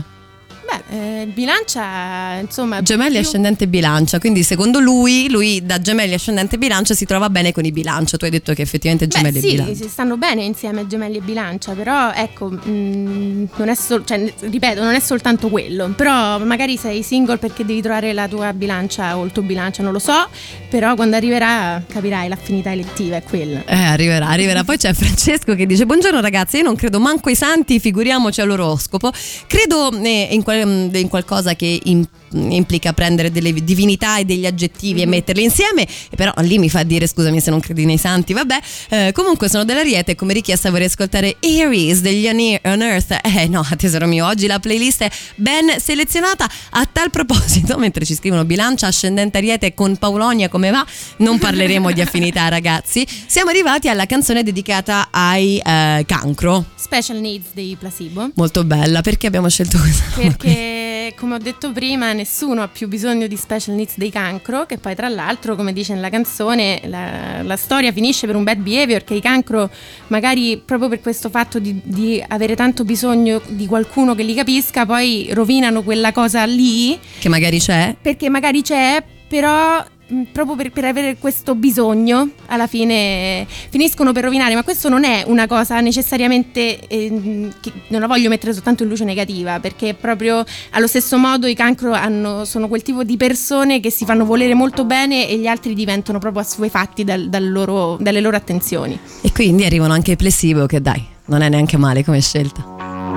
Beh, eh, bilancia, insomma, gemelli più... ascendente bilancia, quindi secondo lui lui da gemelli ascendente bilancia si trova bene con i bilancia. Tu hai detto che effettivamente gemelli Beh, e sì, bilancia si stanno bene insieme gemelli e bilancia, però ecco, mh, non è sol- cioè, ripeto, non è soltanto quello. Però magari sei single perché devi trovare la tua bilancia o il tuo bilancia, non lo so, però quando arriverà capirai, l'affinità elettiva è quella. Eh, arriverà, arriverà. Poi c'è Francesco che dice: buongiorno ragazzi, io non credo manco ai santi, figuriamoci all'oroscopo. Credo eh, in, quel, in qualcosa che in, implica prendere delle divinità e degli aggettivi mm-hmm. e metterli insieme, però lì mi fa dire scusami se non credi nei santi, vabbè. Eh, comunque sono dell'Ariete e come richiesta vorrei ascoltare Aries degli On Earth. Eh no, tesoro mio, oggi la playlist è ben selezionata. A tal proposito, mentre ci scrivono bilancia, ascendente Ariete con Paulonia, come va? Non parleremo di affinità ragazzi. Siamo arrivati alla canzone dedicata ai eh, cancro. Special Needs dei Placebo. Molto bella, perché abbiamo scelto questa? Perché come ho detto prima nessuno ha più bisogno di Special Needs dei cancro, che poi tra l'altro come dice nella canzone la, la storia finisce per un bad behavior, che i cancro magari proprio per questo fatto di, di avere tanto bisogno di qualcuno che li capisca poi rovinano quella cosa lì che magari c'è, perché magari c'è però proprio per, per avere questo bisogno alla fine finiscono per rovinare. Ma questo non è una cosa necessariamente eh, che non la voglio mettere soltanto in luce negativa, perché proprio allo stesso modo i cancro hanno, sono quel tipo di persone che si fanno volere molto bene e gli altri diventano proprio assuefatti dal, dal loro, dalle loro attenzioni, e quindi arrivano anche i placebo, che dai, non è neanche male come scelta.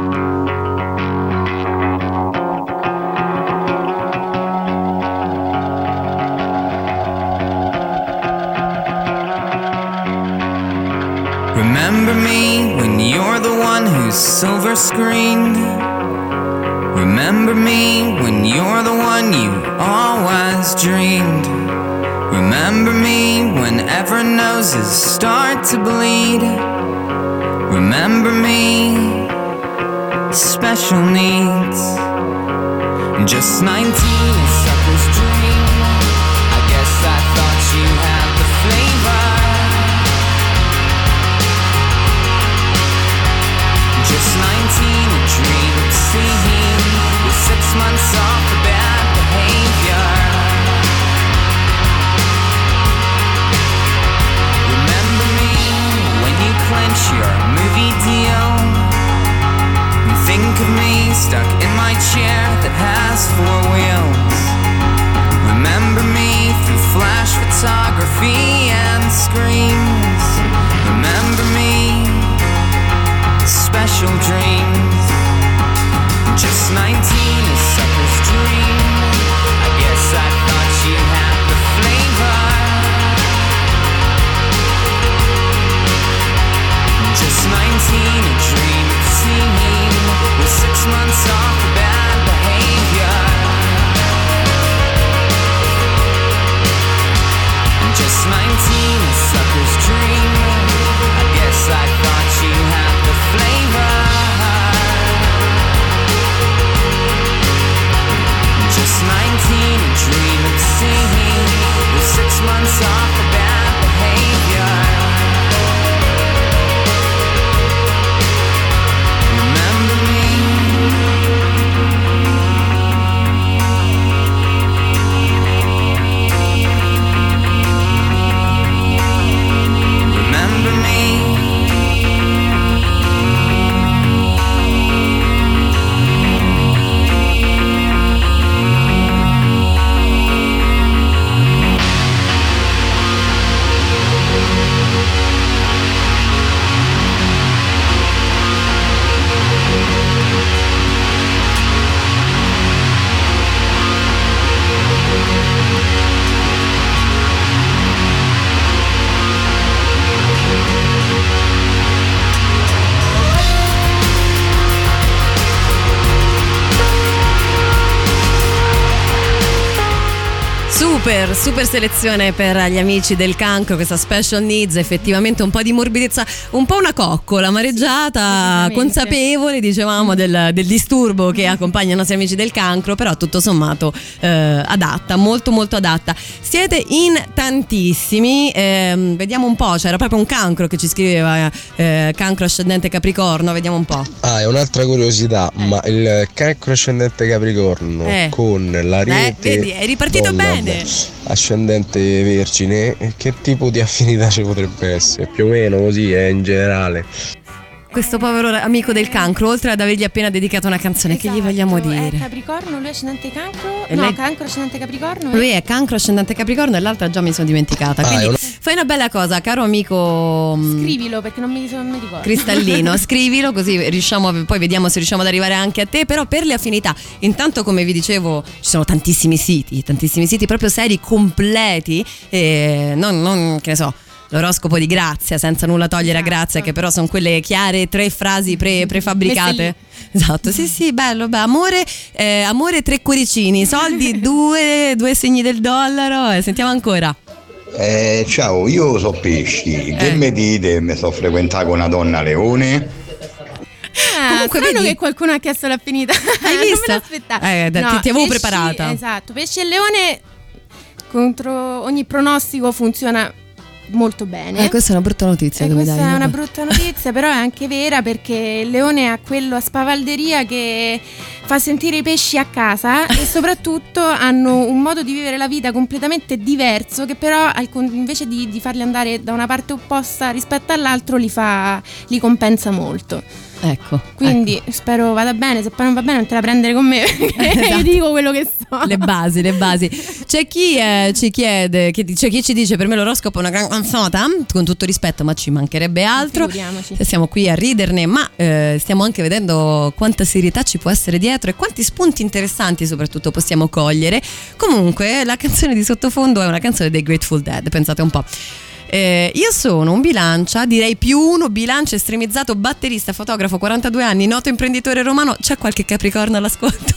Remember me when you're the one who's silver screened. Remember me when you're the one you always dreamed. Remember me whenever noses start to bleed. Remember me, special needs. Just nineteen, a sucker's dream. I guess I thought you had the flavor. obscene, with six months off for bad behavior. Remember me when you clench your movie deal, and think of me stuck in my chair that has four wheels. Remember me through flash photography and screens. Remember me, special dreams. Just nineteen, a sucker's dream. I guess I thought you had the flavor. Just nineteen, a dream obscene, with six months off for bad behavior. Just nineteen, a sucker's dream. I guess I thought you had the flavor. Just nineteen, a dream obscene, with six months off for bad behavior. Remember me. Remember me. Super, super selezione per gli amici del cancro, questa Special Needs, effettivamente un po' di morbidezza, un po' una coccola, amareggiata, consapevole, dicevamo, del, del disturbo che accompagna i nostri amici del cancro, però tutto sommato eh, adatta, molto molto adatta. Siete in tantissimi, ehm, vediamo un po', c'era proprio un cancro che ci scriveva, eh, cancro ascendente Capricorno, vediamo un po'. Ah, è un'altra curiosità, eh. ma il cancro ascendente Capricorno Eh. con l'ariete, Eh, vedi, è ripartito no, bene. vabbè, ascendente Vergine, che tipo di affinità ci potrebbe essere? Più o meno così, eh, in generale. Questo povero amico del cancro, oltre ad avergli appena dedicato una canzone, che gli vogliamo dire? È Capricorno, lui è ascendente cancro. E no, lei- cancro ascendente Capricorno. Lui è cancro ascendente Capricorno e l'altra già mi sono dimenticata. Ah, Quindi è una- fai una bella cosa, caro amico mh, Scrivilo perché non mi, non mi ricordo. Cristallino, scrivilo così riusciamo, poi vediamo se riusciamo ad arrivare anche a te. Però per le affinità, intanto, come vi dicevo, ci sono tantissimi siti, tantissimi siti proprio seri, completi, e non, non che ne so, l'oroscopo di Grazia, senza nulla togliere a Grazia, che però sono quelle chiare, tre frasi pre- prefabbricate. Esatto, sì sì, bello, beh, amore, eh, amore tre cuoricini, soldi due, due segni del dollaro, e sentiamo ancora. Eh, ciao, io so pesci, che Eh. mi dite? Mi sto frequentando con una donna leone? Ah, Comunque, strano vedi- che qualcuno ha chiesto l'affinità. Hai Non me visto? l'aspettavo. Eh, da- ti- ti avevo pesci- preparata. Esatto, pesci e leone contro ogni pronostico funziona molto bene. Eh, questa è una brutta notizia E che mi questa dai. è una vabbè. brutta notizia, però è anche vera, perché il leone ha quello a spavalderia che fa sentire i pesci a casa e soprattutto hanno un modo di vivere la vita completamente diverso, che però al con- invece di, di farli andare da una parte opposta rispetto all'altro li fa, li compensa molto. Ecco, Quindi spero vada bene, se poi non va bene non te la prendere con me, perché Esatto. io dico quello che so. Le basi, le basi. C'è chi eh, ci chiede, che, c'è chi ci dice: per me l'oroscopo è una gran canzota, con tutto rispetto, ma ci mancherebbe altro. Figuriamoci. Siamo qui a riderne, ma eh, stiamo anche vedendo quanta serietà ci può essere dietro e quanti spunti interessanti soprattutto possiamo cogliere. Comunque la canzone di sottofondo è una canzone dei Grateful Dead, pensate un po'. Eh, io sono un bilancia, direi più uno, bilancia estremizzato, batterista, fotografo, quarantadue anni, noto imprenditore romano. C'è qualche Capricorno all'ascolto?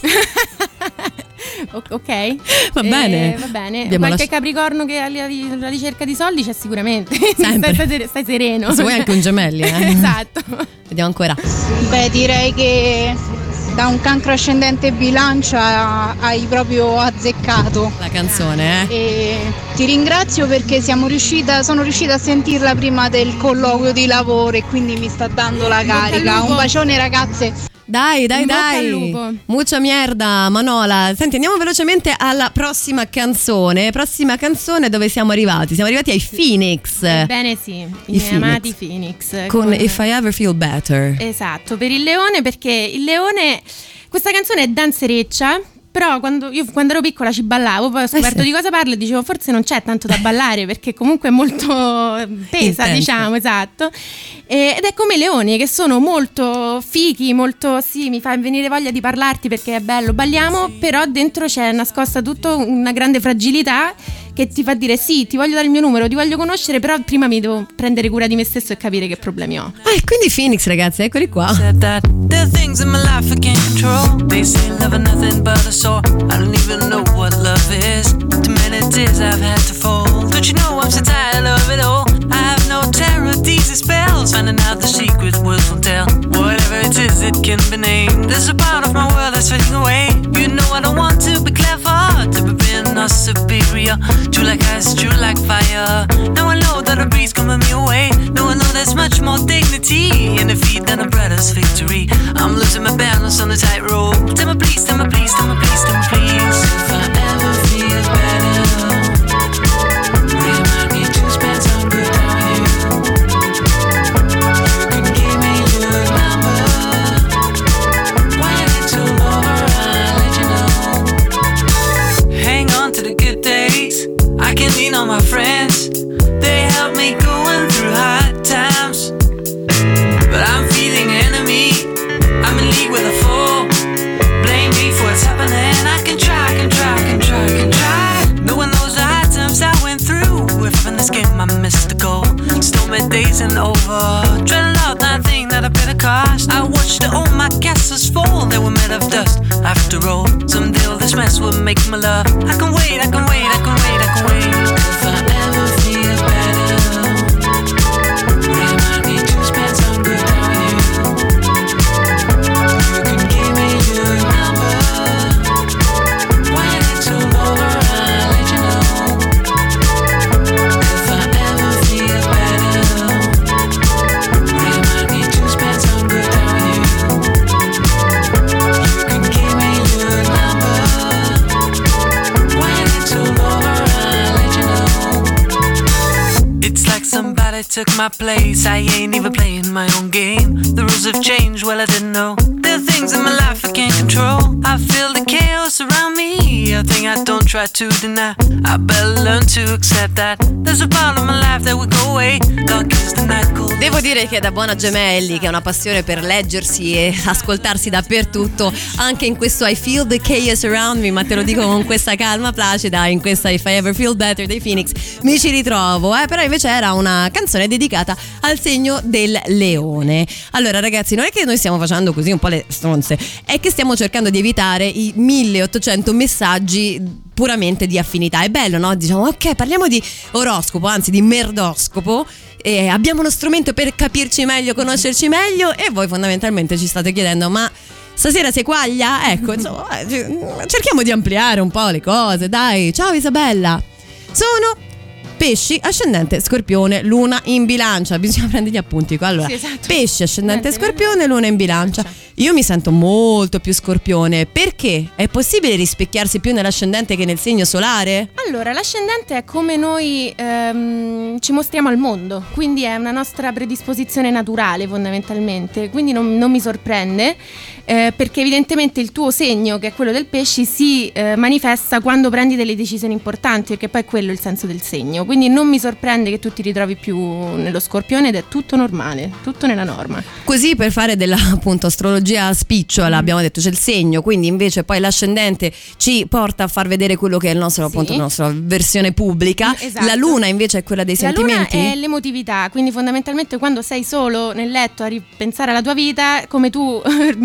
O- ok, Va Eh, bene. va bene. Abbiamo Qualche lasci- Capricorno che alla, alla ricerca di soldi c'è sicuramente. Sempre. stai, stai- stai sereno. Se vuoi anche un gemelli, eh. Esatto. Vediamo ancora. Beh, direi che da un cancro ascendente bilancia hai proprio azzeccato. La canzone, eh? E ti ringrazio perché siamo riuscita, sono riuscita a sentirla prima del colloquio di lavoro e quindi mi sta dando la carica. Un bacione ragazze. Dai, dai, In bocca dai. al lupo. Mucha mierda, Manola. Senti, andiamo velocemente alla prossima canzone. Prossima canzone, dove siamo arrivati? Siamo arrivati ai Phoenix. Ebbene sì, i, I miei Phoenix. amati Phoenix. Con If I Ever Feel Better. Esatto, per il leone, perché il leone, questa canzone è danzereccia. Però quando io quando ero piccola ci ballavo, poi ho scoperto Eh sì. di cosa parlo e dicevo forse non c'è tanto da ballare perché comunque è molto pesa, Intenso. diciamo, esatto. E- ed è come i leoni che sono molto fichi, molto sì, mi fa venire voglia di parlarti perché è bello, balliamo, però dentro c'è nascosta tutta una grande fragilità che ti fa dire sì, ti voglio dare il mio numero, ti voglio conoscere, però prima mi devo prendere cura di me stesso e capire che problemi ho. Ah, e quindi Phoenix, ragazzi, eccoli qua. Said that there are things in my life I can't control. They say love is nothing but a sore. I don't even know what love is. Too many tears I've had to fold. Don't you know I'm so tired of it all? I have no terror, these are spells. Finding out the secret words won't tell. Whatever it is, it can be named. There's a part of my world that's fading away. You know I don't want to be clever, to be being or superior. True like ice, true like fire. Now I know that a breeze coming me away. Now I know there's much more dignity in defeat than a brother's victory. I'm losing my balance on the tightrope. Tell me please, tell me please, tell me please, tell me please. If I ever feel better, remind me to spend some good time with you. You can give me your number. When it's all over, I'll let you know. Hang on to the good days. I can lean on my friends. They help me going through hard times. But I'm feeling enemy. I'm in league with a foe. Blame me for what's happening. I can try, I can try, I can try, I can try. No one knows the hard times I went through. If in this game I missed the goal. Stormy days and over. Dreading out that thing that I paid a cost. I watched all my castles fall. They were made of dust. After all, someday all this mess will make my love. I can wait, I can wait, I can wait, I can wait. If I ever feel better, remind me to spend some good time with you. You can give me your number. When it's all over, I'll let you know. If I ever feel better, remind me to spend some good time with you. You can give me your number. When it's all over, I'll let you know. It's like somebody took my place. I ain't even playing my own game. The rules have changed, well I didn't know. There are things in my life I can't control. I feel the chaos around me, a thing I don't try to deny. I better learn to accept that there's a part of my life that will go away. Dark is the night cold. Devo dire che da buona Gemelli, che ha una passione per leggersi e ascoltarsi dappertutto, anche in questo I Feel the Chaos Around Me, ma te lo dico con questa calma placida, in questa If I Ever Feel Better dei Phoenix, mi ci ritrovo, eh? Però invece era una canzone dedicata al segno del leone. Allora ragazzi, non è che noi stiamo facendo così un po' le stronze, è che stiamo cercando di evitare i milleottocento messaggi puramente di affinità. È bello, no? Diciamo, ok, parliamo di oroscopo, anzi di merdoscopo. E abbiamo uno strumento per capirci meglio, conoscerci meglio, e voi fondamentalmente ci state chiedendo: ma stasera sei quaglia? Ecco, insomma, cerchiamo di ampliare un po' le cose, dai. Ciao Isabella. Sono pesci, ascendente Scorpione, luna in bilancia. Bisogna prendere gli appunti qua. Allora, sì, esatto. Pesci, ascendente Niente, Scorpione, luna in bilancia. Io mi sento molto più Scorpione. Perché? È possibile rispecchiarsi più nell'ascendente che nel segno solare? Allora, l'ascendente è come noi ehm, ci mostriamo al mondo, quindi è una nostra predisposizione naturale fondamentalmente, quindi non, non mi sorprende, eh, perché evidentemente il tuo segno, che è quello del pesci, si eh, manifesta quando prendi delle decisioni importanti, perché poi è quello il senso del segno, quindi non mi sorprende che tu ti ritrovi più nello Scorpione ed è tutto normale, tutto nella norma. Così, per fare della appunto astrologia spicciola, abbiamo detto c'è il segno, quindi invece poi l'ascendente ci porta a far vedere quello che è il nostro, Sì. appunto, la nostra versione pubblica. Esatto. La luna invece è quella dei La sentimenti. luna è l'emotività, quindi fondamentalmente quando sei solo nel letto a ripensare alla tua vita, come tu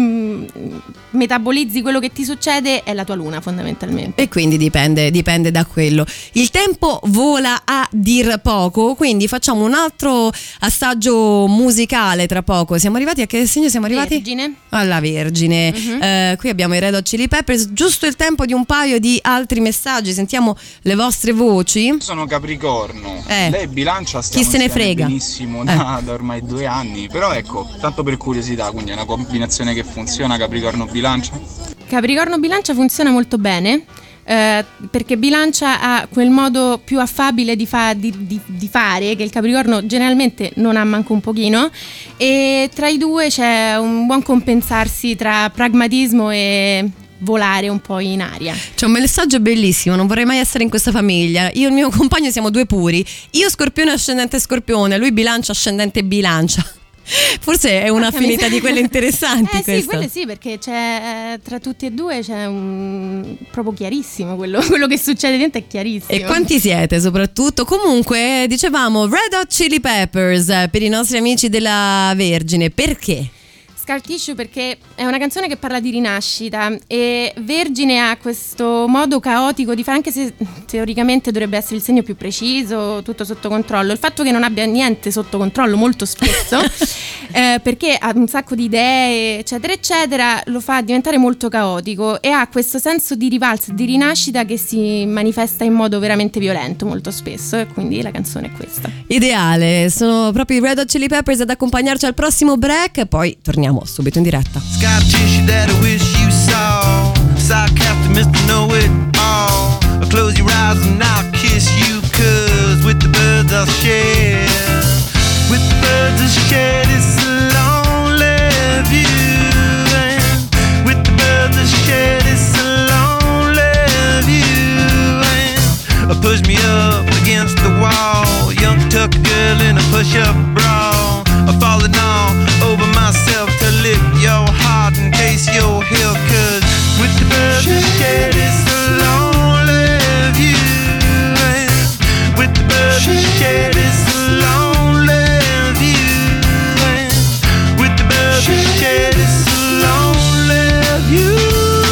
metabolizzi quello che ti succede, è la tua luna fondamentalmente. E quindi dipende, dipende da quello. Il tempo vola a dir poco, quindi facciamo un altro assaggio musicale tra poco. Siamo arrivati a che segno siamo arrivati? Vergine. alla Vergine. Uh-huh. Eh, qui abbiamo i Red Hot Chili Peppers, giusto il tempo di un paio di altri messaggi, sentiamo le vostre voci. Sono Capricorno, eh. lei bilancia, stiamo chi se ne frega benissimo da, eh. da ormai due anni, però ecco, tanto per curiosità, quindi è una combinazione che funziona, Capricorno bilancia? Capricorno bilancia funziona molto bene. Eh, perché bilancia ha quel modo più affabile di, fa- di, di, di fare che il Capricorno generalmente non ha manco un pochino, e tra i due c'è un buon compensarsi tra pragmatismo e volare un po' in aria. C'è un messaggio bellissimo: non vorrei mai essere in questa famiglia, io e il mio compagno siamo due puri, io Scorpione ascendente Scorpione, lui Bilancia ascendente Bilancia. Forse è un'affinità di quelle interessanti. Eh questa. sì, quelle sì, perché c'è tra tutti e due c'è un proprio chiarissimo quello, quello che succede dentro è chiarissimo. E quanti siete soprattutto? Comunque dicevamo Red Hot Chili Peppers per i nostri amici della Vergine, perché? Scar Tissue perché è una canzone che parla di rinascita, e Vergine ha questo modo caotico di fare, anche se teoricamente dovrebbe essere il segno più preciso, tutto sotto controllo. Il fatto che non abbia niente sotto controllo molto spesso eh, perché ha un sacco di idee eccetera eccetera, lo fa diventare molto caotico, e ha questo senso di rivalsa, di rinascita che si manifesta in modo veramente violento molto spesso, e quindi la canzone è questa. Ideale, sono proprio i Red Hot Chili Peppers ad accompagnarci al prossimo break, e poi torniamo subito in diretta. Scar tissue that I wish you saw, sarcastic Mister Know It All. Close your eyes and I'll kiss you, cause with the birds I'll share, with the birds I'll share this lonely view, and with the birds I'll share this lonely view, and push me up against the wall, young tuck girl in a push-up bra, falling all over myself to lick your heart and taste your heel, cause with the birds I share this lonely view, and with the birds I share this lonely view, and with the birds I share this lonely view.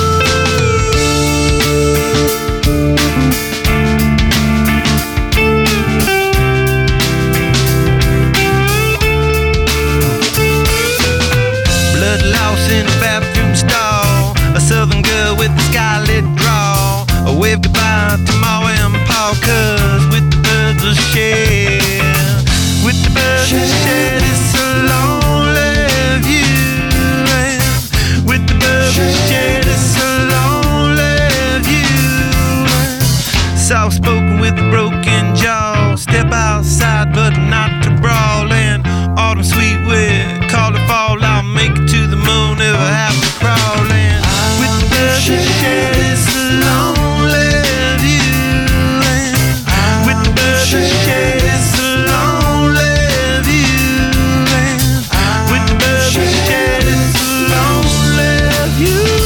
In a bathroom stall, a southern girl with a scarlet draw, a wave goodbye to Ma and Pa, cause with the birds I'll share, with the birds I'll share this lonely view, and with the birds I'll share this lonely view, soft spoken with a broken jaw, step outside but not to brawl, and autumn sweet with call it fall, I'll make it to the moon if I have to crawl in. With the birds I share this lonely view, and with the birds I share this lonely view, and with the birds I share this lonely view.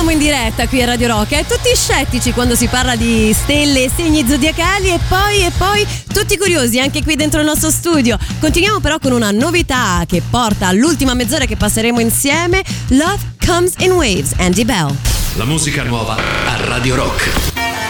siamo in diretta qui a Radio Rock, eh? Tutti scettici quando si parla di stelle e segni zodiacali e poi e poi tutti curiosi anche qui dentro il nostro studio. Continuiamo però con una novità che porta all'ultima mezz'ora che passeremo insieme. Love Comes in Waves, Andy Bell. La musica nuova a Radio Rock.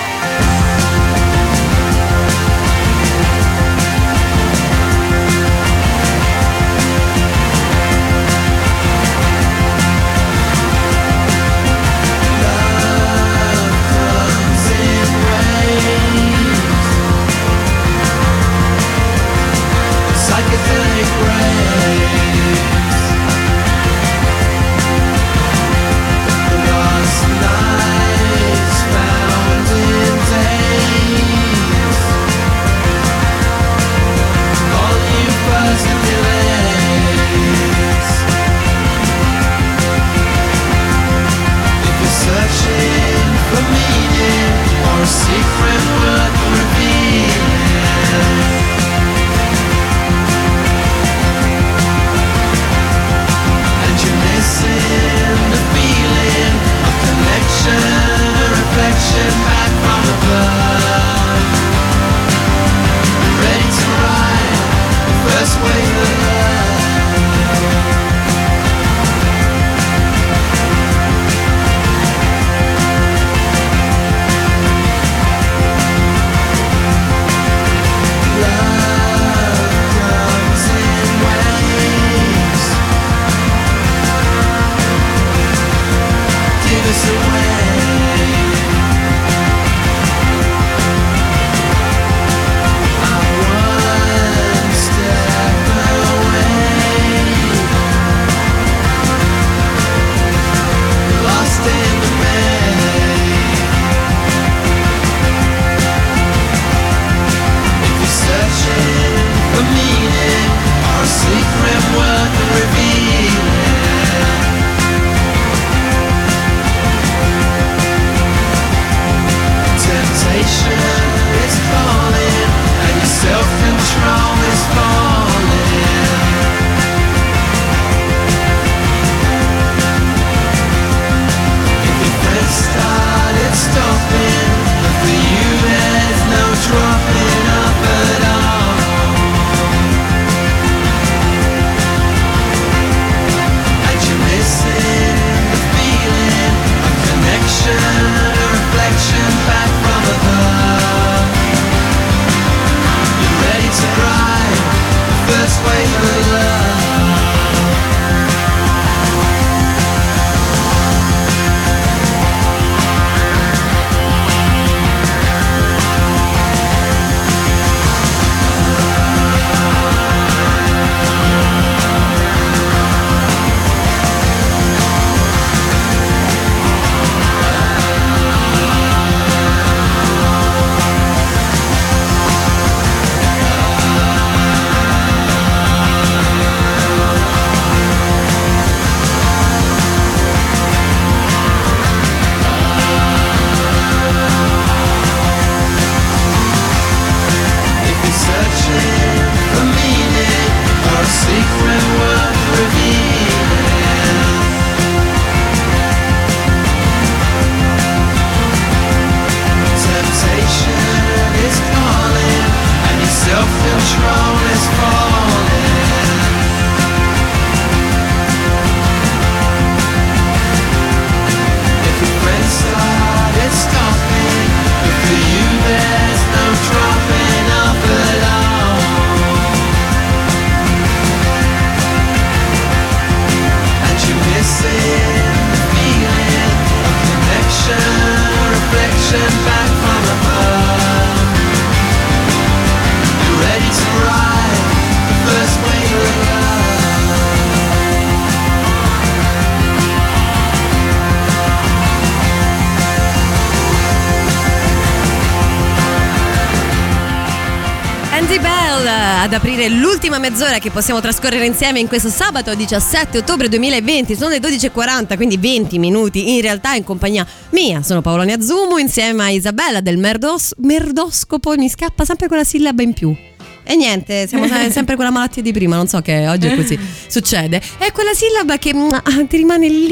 Ad aprire l'ultima mezz'ora che possiamo trascorrere insieme in questo sabato diciassette ottobre duemilaventi. Sono le dodici e quaranta, quindi venti minuti in realtà in compagnia mia. Sono Paolonia Zumo insieme a Isabella del Merdos- Merdoscopo. Mi scappa sempre quella sillaba in più. E niente, siamo sempre quella malattia di prima, non so che oggi è così succede. È quella sillaba che ah, ti rimane lì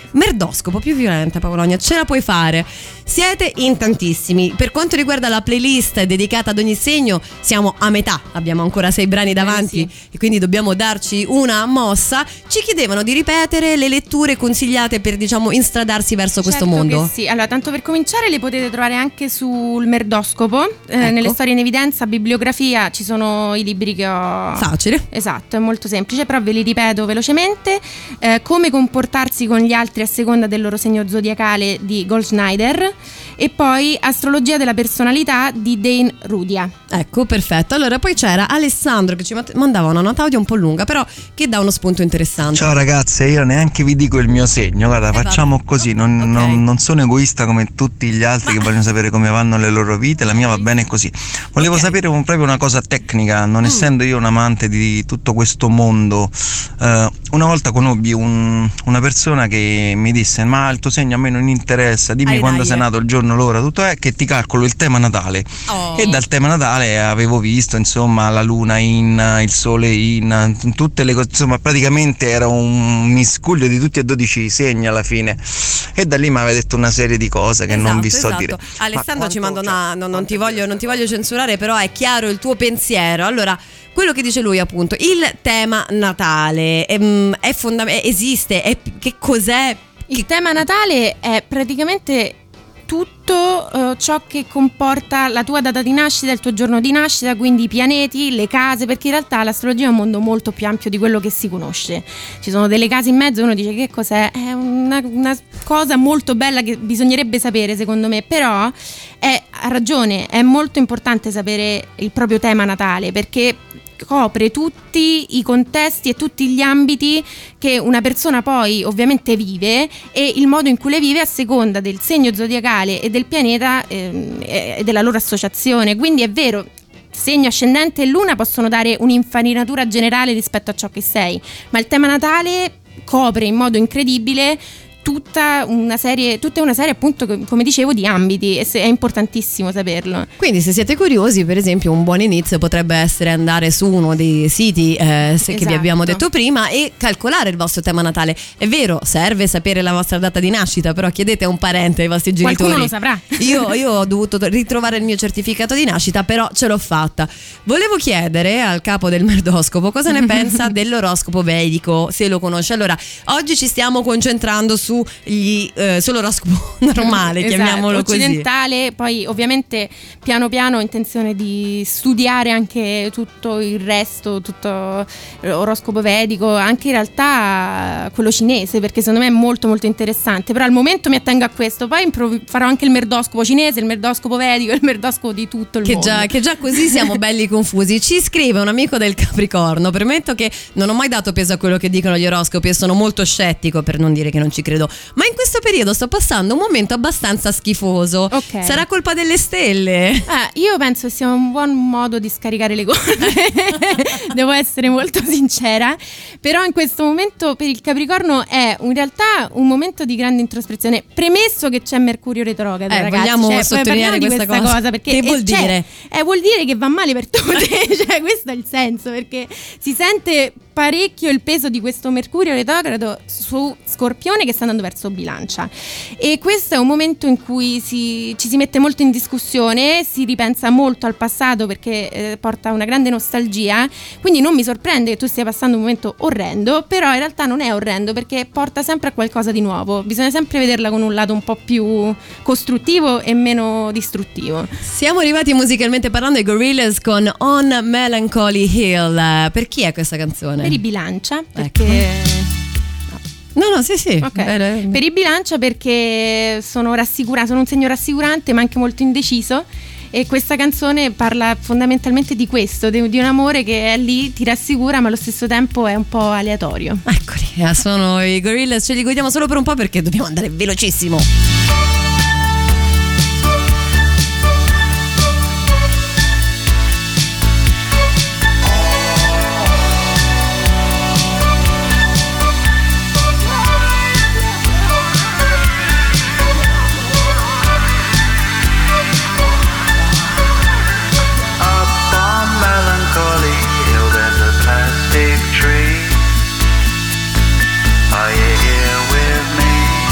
Merdoscopo più violenta, Paolonia, ce la puoi fare? Siete in tantissimi. Per quanto riguarda la playlist dedicata ad ogni segno, siamo a metà, abbiamo ancora sei brani davanti, eh sì. E quindi dobbiamo darci una mossa. Ci chiedevano di ripetere le letture consigliate per, diciamo, instradarsi verso certo questo mondo. Che sì, allora tanto per cominciare le potete trovare anche sul Merdoscopo, eh, ecco. Nelle storie in evidenza, bibliografia, ci sono i libri che ho. Facile. Esatto, è molto semplice, però ve li ripeto velocemente. Eh, come comportarsi con gli altri a seconda del loro segno zodiacale di Goldschneider, e poi Astrologia della personalità di Dane Rudia. Ecco, perfetto. Allora poi c'era Alessandro che ci mandava una nota audio un po' lunga, però che dà uno spunto interessante. Ciao ragazze, io neanche vi dico il mio segno, guarda, eh, facciamo vabbè. così, non, okay. non, non sono egoista come tutti gli altri Ma... che vogliono sapere come vanno le loro vite, la mia va bene così. Volevo okay. sapere un, proprio una cosa tecnica, non mm. essendo io un amante di tutto questo mondo, eh, una volta conobbi un, una persona che mi disse: ma il tuo segno a me non interessa, dimmi Ai quando dai. sei nato, il giorno, l'ora, tutto è che ti calcolo il tema natale. Oh. E dal tema natale avevo visto insomma la luna in, il sole in, tutte le cose, insomma praticamente era un miscuglio di tutti e dodici segni alla fine, e da lì mi aveva detto una serie di cose che esatto, non vi sto esatto. a dire. Alessandro ci manda una, no, non, ti voglio, non ti voglio censurare, però è chiaro il tuo pensiero. Allora, quello che dice lui appunto, il tema natale è, è fondamentale, esiste, è, che cos'è? Il tema natale è praticamente tutto uh, ciò che comporta la tua data di nascita, il tuo giorno di nascita, quindi i pianeti, le case, perché in realtà l'astrologia è un mondo molto più ampio di quello che si conosce. Ci sono delle case in mezzo, uno dice che cos'è? È una, una cosa molto bella che bisognerebbe sapere secondo me, però è, ha ragione, è molto importante sapere il proprio tema natale, perché copre tutti i contesti e tutti gli ambiti che una persona poi ovviamente vive, e il modo in cui le vive a seconda del segno zodiacale e del pianeta ehm, e della loro associazione. Quindi è vero, segno ascendente e luna possono dare un'infarinatura generale rispetto a ciò che sei, ma il tema natale copre in modo incredibile tutta una serie, tutta una serie appunto, come dicevo, di ambiti, e è importantissimo saperlo. Quindi se siete curiosi, per esempio, un buon inizio potrebbe essere andare su uno dei siti eh, esatto. che vi abbiamo detto prima e calcolare il vostro tema natale. È vero, serve sapere la vostra data di nascita, però chiedete a un parente, ai vostri genitori. Qualcuno lo saprà. Io, io ho dovuto ritrovare il mio certificato di nascita, però ce l'ho fatta. Volevo chiedere al capo del Merdoscopo cosa ne pensa dell'oroscopo vedico, se lo conosce. Allora, oggi ci stiamo concentrando su Gli, eh, sull'oroscopo normale, esatto, chiamiamolo occidentale, così. Poi ovviamente piano piano ho intenzione di studiare anche tutto il resto, tutto l'oroscopo vedico, anche in realtà quello cinese, perché secondo me è molto molto interessante, però al momento mi attengo a questo. Poi improv- farò anche il merdoscopo cinese, il merdoscopo vedico, il merdoscopo di tutto il che mondo. Già, che già così siamo belli confusi. Ci scrive un amico del Capricorno: premetto che non ho mai dato peso a quello che dicono gli oroscopi e sono molto scettico, per non dire che non ci credo, ma in questo periodo sto passando un momento abbastanza schifoso. Okay. Sarà colpa delle stelle? Eh, io penso che sia un buon modo di scaricare le cose. Devo essere molto sincera. Però in questo momento per il Capricorno è in realtà un momento di grande introspezione. Premesso che c'è Mercurio retrogrado, eh, ragazzi. Vogliamo cioè, sottolineare questa, questa cosa. cosa perché che vuol cioè, dire? Eh, vuol dire che va male per tutti. Cioè, questo è il senso, perché si sente parecchio il peso di questo Mercurio retrogrado su Scorpione che sta andando verso Bilancia, e questo è un momento in cui si, ci si mette molto in discussione, si ripensa molto al passato perché eh, porta una grande nostalgia, quindi non mi sorprende che tu stia passando un momento orrendo, però in realtà non è orrendo perché porta sempre a qualcosa di nuovo, bisogna sempre vederla con un lato un po' più costruttivo e meno distruttivo. Siamo arrivati musicalmente parlando ai Gorillaz con On Melancholy Hill. Per chi è questa canzone? Per i Bilancia, perché ecco. No, no, sì, sì. Okay. Per i Bilancia perché sono rassicurante, sono un segno rassicurante ma anche molto indeciso, e questa canzone parla fondamentalmente di questo, di, di un amore che è lì, ti rassicura ma allo stesso tempo è un po' aleatorio. Eccoli, sono i Gorillaz, ce li godiamo solo per un po' perché dobbiamo andare velocissimo. Tree, are you here with me?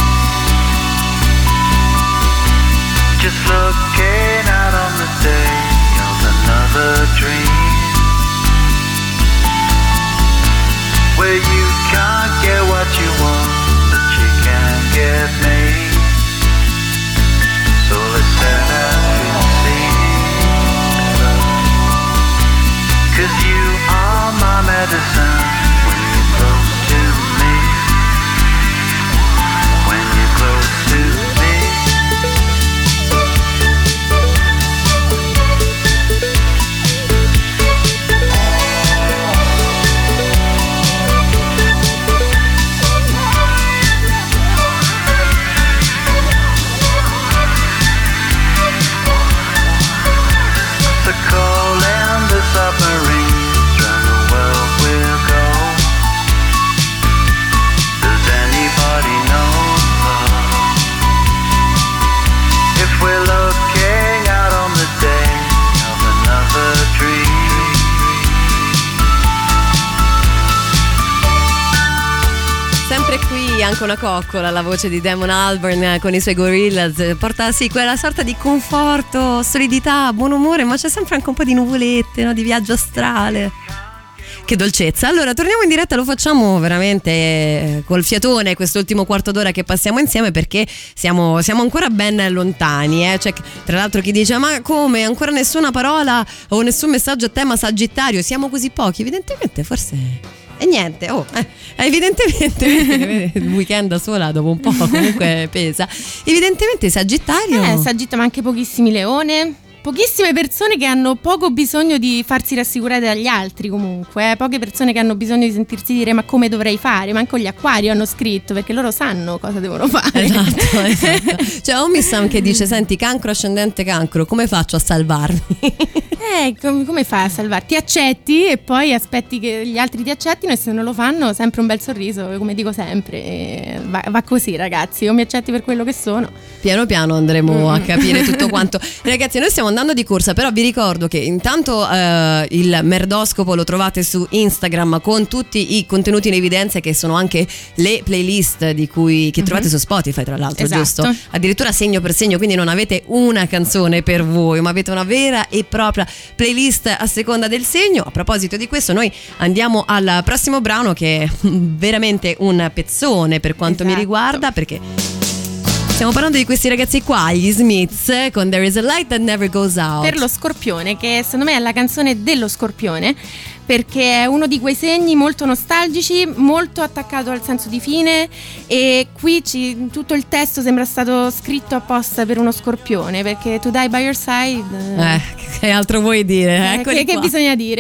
Sempre qui anche una coccola, la voce di Damon Albarn con i suoi Gorillaz porta sì quella sorta di conforto, solidità, buon umore, ma c'è sempre anche un po' di nuvolette, no? Di viaggio astrale. Che dolcezza. Allora torniamo in diretta, lo facciamo veramente col fiatone quest'ultimo quarto d'ora che passiamo insieme, perché siamo, siamo ancora ben lontani, eh? Cioè, tra l'altro chi dice ma come ancora nessuna parola o nessun messaggio a tema Sagittario, siamo così pochi, evidentemente forse... E niente, oh, eh, evidentemente il weekend da sola dopo un po' comunque pesa. Evidentemente Sagittario. Eh, Sagittario, ma anche pochissimi Leone. Pochissime persone che hanno poco bisogno di farsi rassicurare dagli altri comunque, eh? Poche persone che hanno bisogno di sentirsi dire ma come dovrei fare, ma anche gli Acquari hanno scritto perché loro sanno cosa devono fare. Esatto, esatto. C'è Omissam che dice senti cancro ascendente cancro, come faccio a salvarmi? Eh, com- come fai a salvarti? Ti accetti e poi aspetti che gli altri ti accettino e se non lo fanno sempre un bel sorriso, come dico sempre, e va, va così ragazzi, o mi accetti per quello che sono. Piano piano andremo a capire tutto quanto. Ragazzi, noi stiamo andando di corsa, però vi ricordo che intanto eh, il Merdoscopo lo trovate su Instagram con tutti i contenuti in evidenza, che sono anche le playlist di cui che trovate mm-hmm. su Spotify, tra l'altro, esatto. Giusto? Addirittura segno per segno, quindi non avete una canzone per voi, ma avete una vera e propria playlist a seconda del segno. A proposito di questo, noi andiamo al prossimo brano, che è veramente un pezzone per quanto esatto. mi riguarda, perché stiamo parlando di questi ragazzi qua, gli Smiths, con There Is a Light That Never Goes Out. Per lo Scorpione, che secondo me è la canzone dello Scorpione, perché è uno di quei segni molto nostalgici, molto attaccato al senso di fine, e qui ci, tutto il testo sembra stato scritto apposta per uno Scorpione, perché To Die By Your Side... Eh, che altro vuoi dire? Eh, che, che bisogna dire?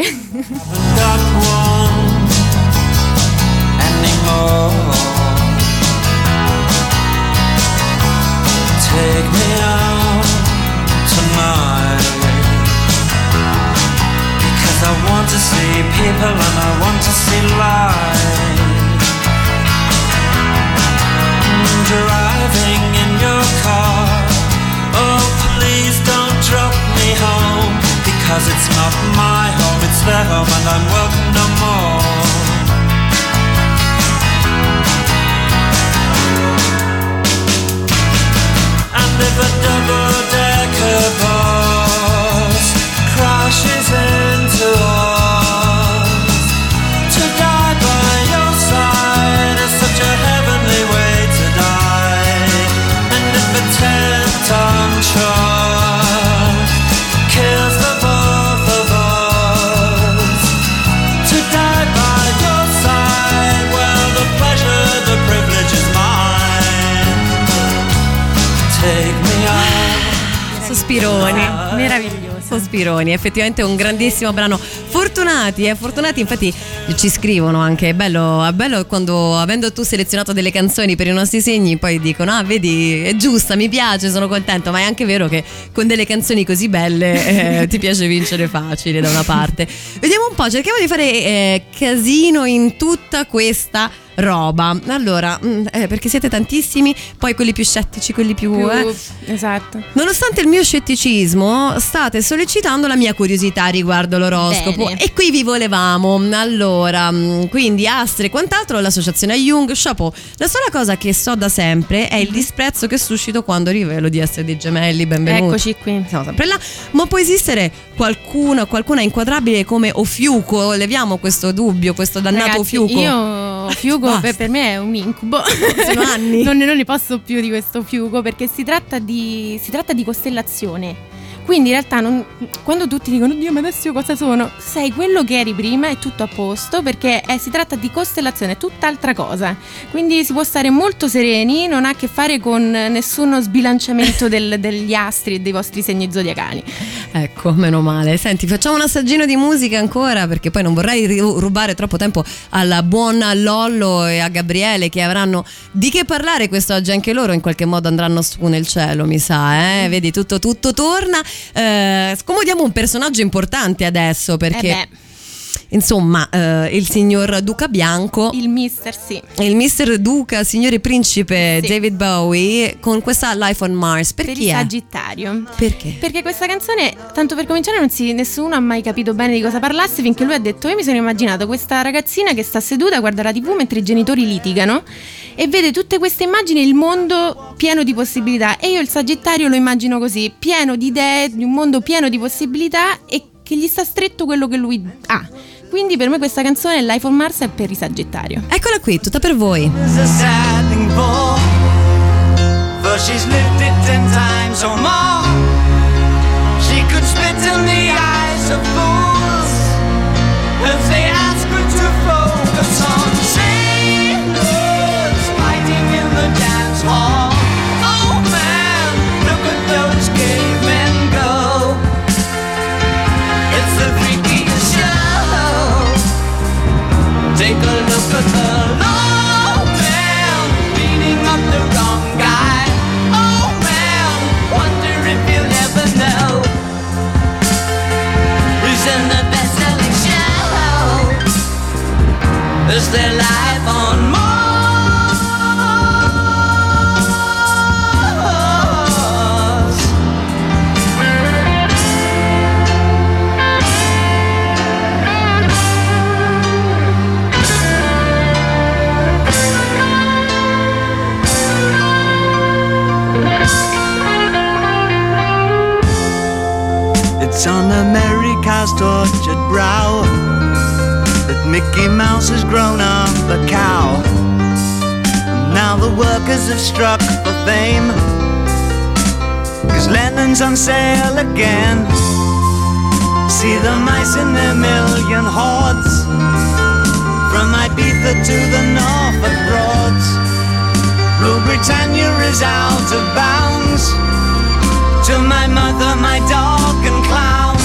Take me out tonight, because I want to see people and I want to see light. Driving in your car, oh please don't drop me home, because it's not my home, it's their home and I'm welcome no more. And if a double-decker bus crashes into us, to die by your side is such a heavenly way to die. And if a ten-ton truck kills the both of us, to die by your side, well, the pleasure, the privilege is mine. Take me out. Sospironi, meraviglioso. Sospironi, effettivamente un grandissimo brano. Fortunati, eh, fortunati, infatti ci scrivono anche, è bello, è bello quando, avendo tu selezionato delle canzoni per i nostri segni, poi dicono ah vedi è giusta, mi piace, sono contento, ma è anche vero che con delle canzoni così belle eh, ti piace vincere facile da una parte. Vediamo un po', cerchiamo di fare eh, casino in tutta questa roba. Allora, eh, perché siete tantissimi, poi quelli più scettici, quelli più, più eh. esatto. Nonostante il mio scetticismo, state sollecitando la mia curiosità riguardo l'oroscopo. Bene. E qui vi volevamo. Allora, quindi astre e quant'altro, l'associazione a Jung, chapeau. La sola cosa che so da sempre è il disprezzo che suscito quando rivelo di essere dei gemelli. Benvenuti. Eccoci qui. Siamo sempre là. Ma può esistere qualcuno, qualcuna inquadrabile come Ofiuco? Leviamo questo dubbio, questo dannato Ragazzi, Ofiuco. Io Fiuco per, per me è un incubo. Sono anni. non, non ne posso più di questo Fiuco, perché si tratta di si tratta di costellazione. Quindi in realtà non, quando tutti dicono oddio ma adesso io cosa sono, sei quello che eri prima, è tutto a posto, perché eh, si tratta di costellazione, è tutt'altra cosa. Quindi si può stare molto sereni, non ha a che fare con nessuno sbilanciamento del, degli astri e dei vostri segni zodiacali. Ecco, meno male. Senti, facciamo un assaggino di musica ancora, perché poi non vorrei rubare troppo tempo alla buona Lollo e a Gabriele, che avranno di che parlare quest'oggi. Anche loro in qualche modo andranno su nel cielo, mi sa, eh? Vedi, tutto, tutto torna. Eh, scomodiamo un personaggio importante adesso, perché eh insomma eh, il signor Duca Bianco, il mister sì il mister Duca, signore principe sì. David Bowie, con questa Life on Mars. Per, per chi il è? Sagittario. Perché? Perché questa canzone, tanto per cominciare, non si, nessuno ha mai capito bene di cosa parlasse, finché lui ha detto: io mi sono immaginato questa ragazzina che sta seduta a guardare la tivù mentre i genitori litigano e vede tutte queste immagini e il mondo pieno di possibilità, e io il Sagittario lo immagino così, pieno di idee, di un mondo pieno di possibilità e che gli sta stretto quello che lui ha. Quindi per me questa canzone, Life on Mars, è per il Sagittario. Eccola qui, tutta per voi. For she's lived it ten times or more. She could spit in the eyes of fools if they ask her to focus on sailors fighting in the dance hall. Oh man, look at those cavemen go. It's the freakiest show. Take a look at the low man beating up the wrong guy. In the best-selling show, is their life on Mars? It's on America's tortured brow that Mickey Mouse has grown up a cow. And now the workers have struck for fame, 'cause Lennon's on sale again. See the mice in their million hordes, from Ibiza to the Norfolk Broads. Rule Britannia is out of bounds. To my mother, my dog and clowns.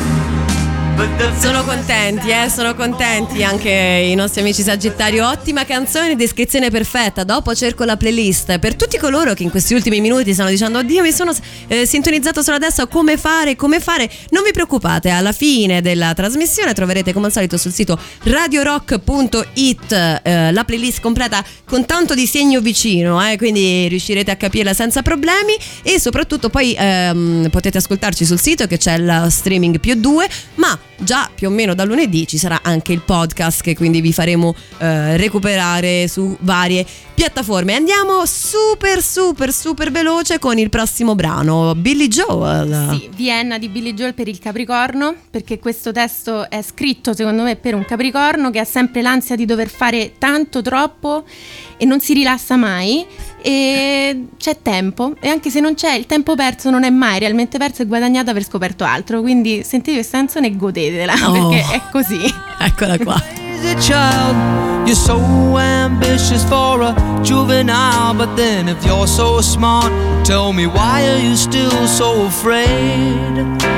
Sono contenti, eh, sono contenti anche i nostri amici Sagittario. Ottima canzone, descrizione perfetta. Dopo cerco la playlist. Per tutti coloro che in questi ultimi minuti stanno dicendo: oddio, mi sono eh, sintonizzato solo adesso, come fare, come fare? Non vi preoccupate, alla fine della trasmissione troverete come al solito sul sito radio rock punto it eh, la playlist completa con tanto di segno vicino, eh, quindi riuscirete a capirla senza problemi. E soprattutto poi ehm, potete ascoltarci sul sito, che c'è il streaming più due, ma già più o meno da lunedì ci sarà anche il podcast, che quindi vi faremo eh, recuperare su varie piattaforme. Andiamo super super super veloce con il prossimo brano, Billy Joel. Sì, Vienna di Billy Joel per il Capricorno, perché questo testo è scritto secondo me per un Capricorno che ha sempre l'ansia di dover fare tanto, troppo e non si rilassa mai. E c'è tempo, e anche se non c'è, il tempo perso non è mai realmente perso, e guadagnato aver scoperto altro. Quindi sentite questa canzone e godetela, oh, perché è così. Eccola qua. Child, you're so ambitious for a juvenile, but then if you're so smart, tell me, why are you still so afraid?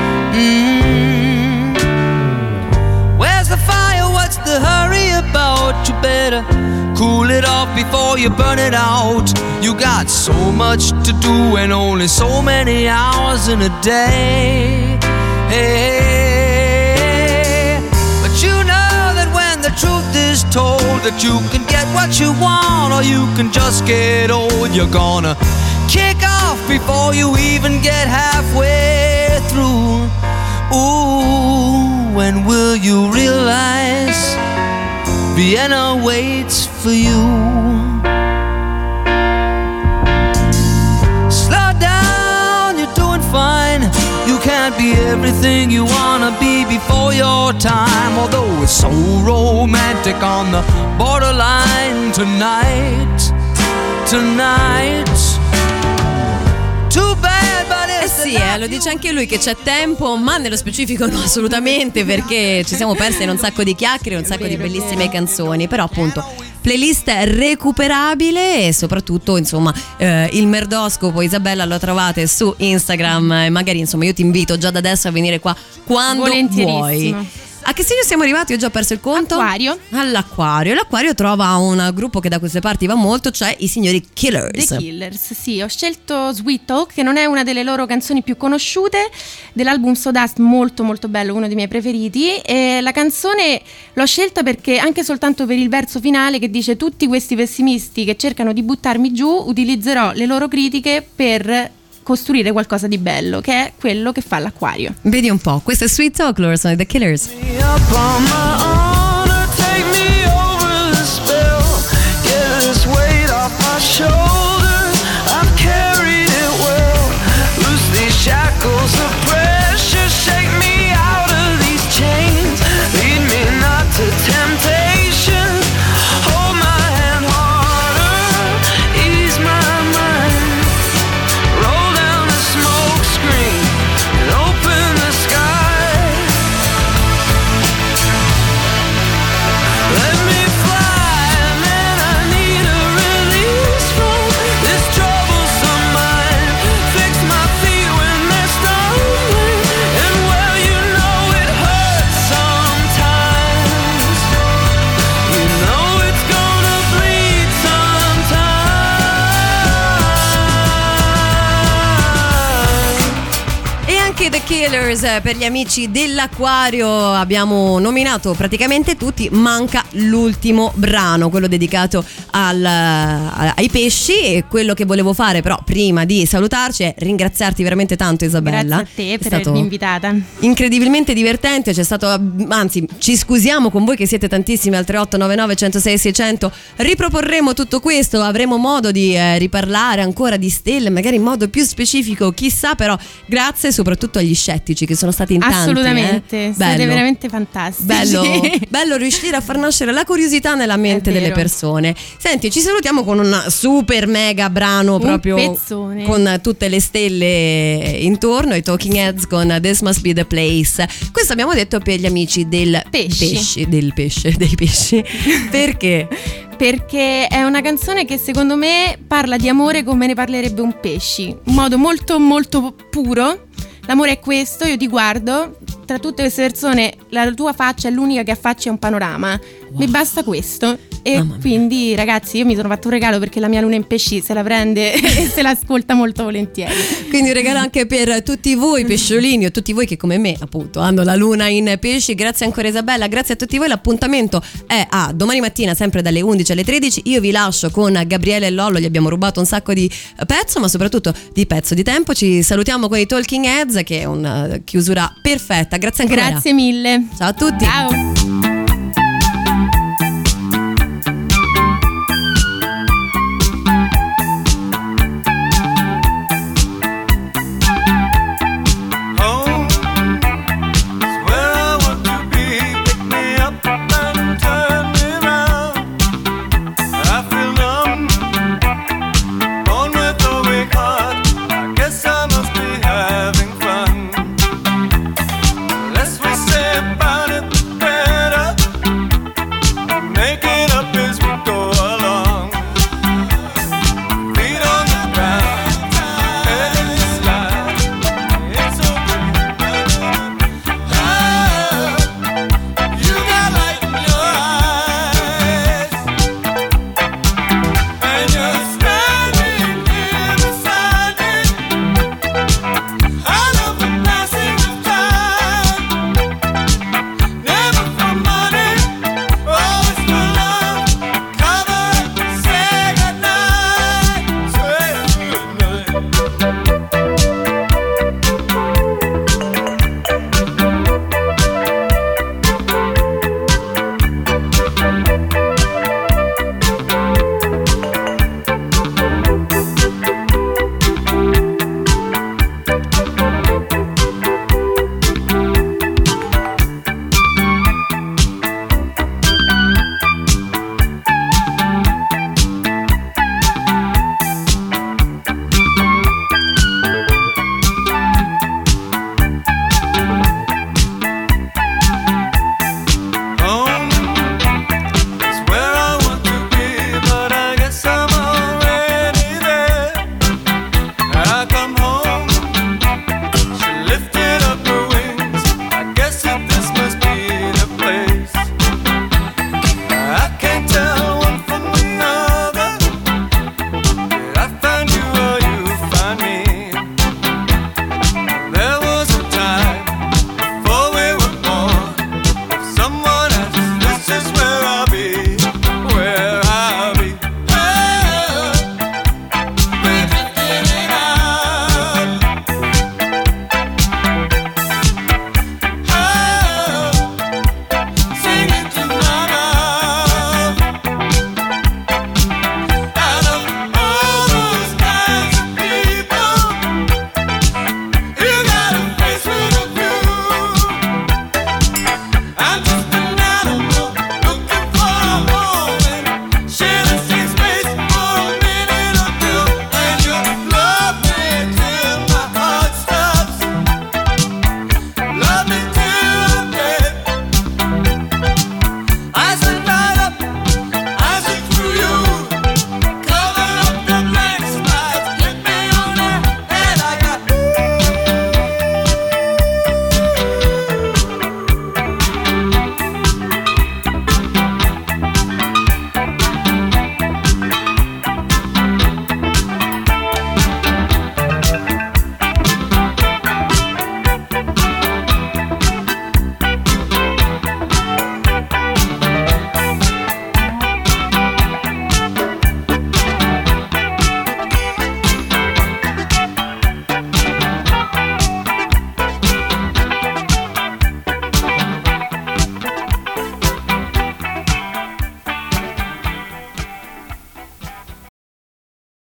Mm. Where's the fire? What's the hurry about? You better cool it off before you burn it out. You got so much to do and only so many hours in a day. Hey, but you know that when the truth is told, that you can get what you want or you can just get old. You're gonna kick off before you even get halfway through. Ooh, when will you realize Vienna waits for you? Slow down, you're doing fine. You can't be everything you wanna be before your time. Although it's so romantic on the borderline tonight, tonight. Too bad, but Eh sì, eh, lo dice anche lui che c'è tempo, ma nello specifico no, assolutamente, perché ci siamo persi in un sacco di chiacchiere, un sacco di bellissime canzoni. Però appunto playlist recuperabile, e soprattutto insomma eh, il merdoscopo Isabella lo trovate su Instagram, e magari insomma io ti invito già da adesso a venire qua quando vuoi. A che segno siamo arrivati? Ho già perso il conto. Acquario. All'Acquario. L'Acquario trova un gruppo che da queste parti va molto, cioè i signori Killers. The Killers, sì. Ho scelto Sweet Talk, che non è una delle loro canzoni più conosciute, dell'album Sawdust, molto molto bello, uno dei miei preferiti. E la canzone l'ho scelta perché anche soltanto per il verso finale che dice: tutti questi pessimisti che cercano di buttarmi giù, utilizzerò le loro critiche per costruire qualcosa di bello, che è quello che fa l'Acquario. Vedi un po', questo è Sweet Talk, loro sono i The Killers. The Killers, per gli amici dell'Acquario abbiamo nominato praticamente tutti, manca l'ultimo brano, quello dedicato al, ai pesci, e quello che volevo fare però prima di salutarci è ringraziarti veramente tanto, Isabella. Grazie a te per avermi invitata. Incredibilmente divertente, c'è stato, anzi ci scusiamo con voi che siete tantissimi al tre otto nove nove uno zero sei sei zero zero. Riproporremo tutto questo, avremo modo di eh, riparlare ancora di stelle, magari in modo più specifico, chissà, però grazie soprattutto agli scettici che sono stati in tanti. Assolutamente, eh? siete veramente fantastici. Bello, bello riuscire a far nascere la curiosità nella mente delle persone. Senti, ci salutiamo con un super mega brano, un proprio pezzone, con tutte le stelle intorno, i Talking Heads con This Must Be the Place. Questo abbiamo detto per gli amici del pesci, pesci del pesce, dei pesci. Perché? Perché è una canzone che secondo me parla di amore come ne parlerebbe un pesci, in modo molto molto puro. L'amore è questo, io ti guardo, tra tutte queste persone la tua faccia è l'unica che affaccia un panorama, wow. Mi basta questo. E quindi ragazzi, io mi sono fatto un regalo perché la mia luna in pesci se la prende e se l'ascolta molto volentieri. Quindi un regalo anche per tutti voi pesciolini, o tutti voi che come me appunto hanno la luna in pesci. Grazie ancora Isabella, grazie a tutti voi. L'appuntamento è a domani mattina sempre dalle undici alle tredici. Io vi lascio con Gabriele e Lollo, gli abbiamo rubato un sacco di pezzo, ma soprattutto di pezzo di tempo. Ci salutiamo con i Talking Heads, che è una chiusura perfetta. Grazie ancora. Grazie mille. Ciao a tutti. Ciao.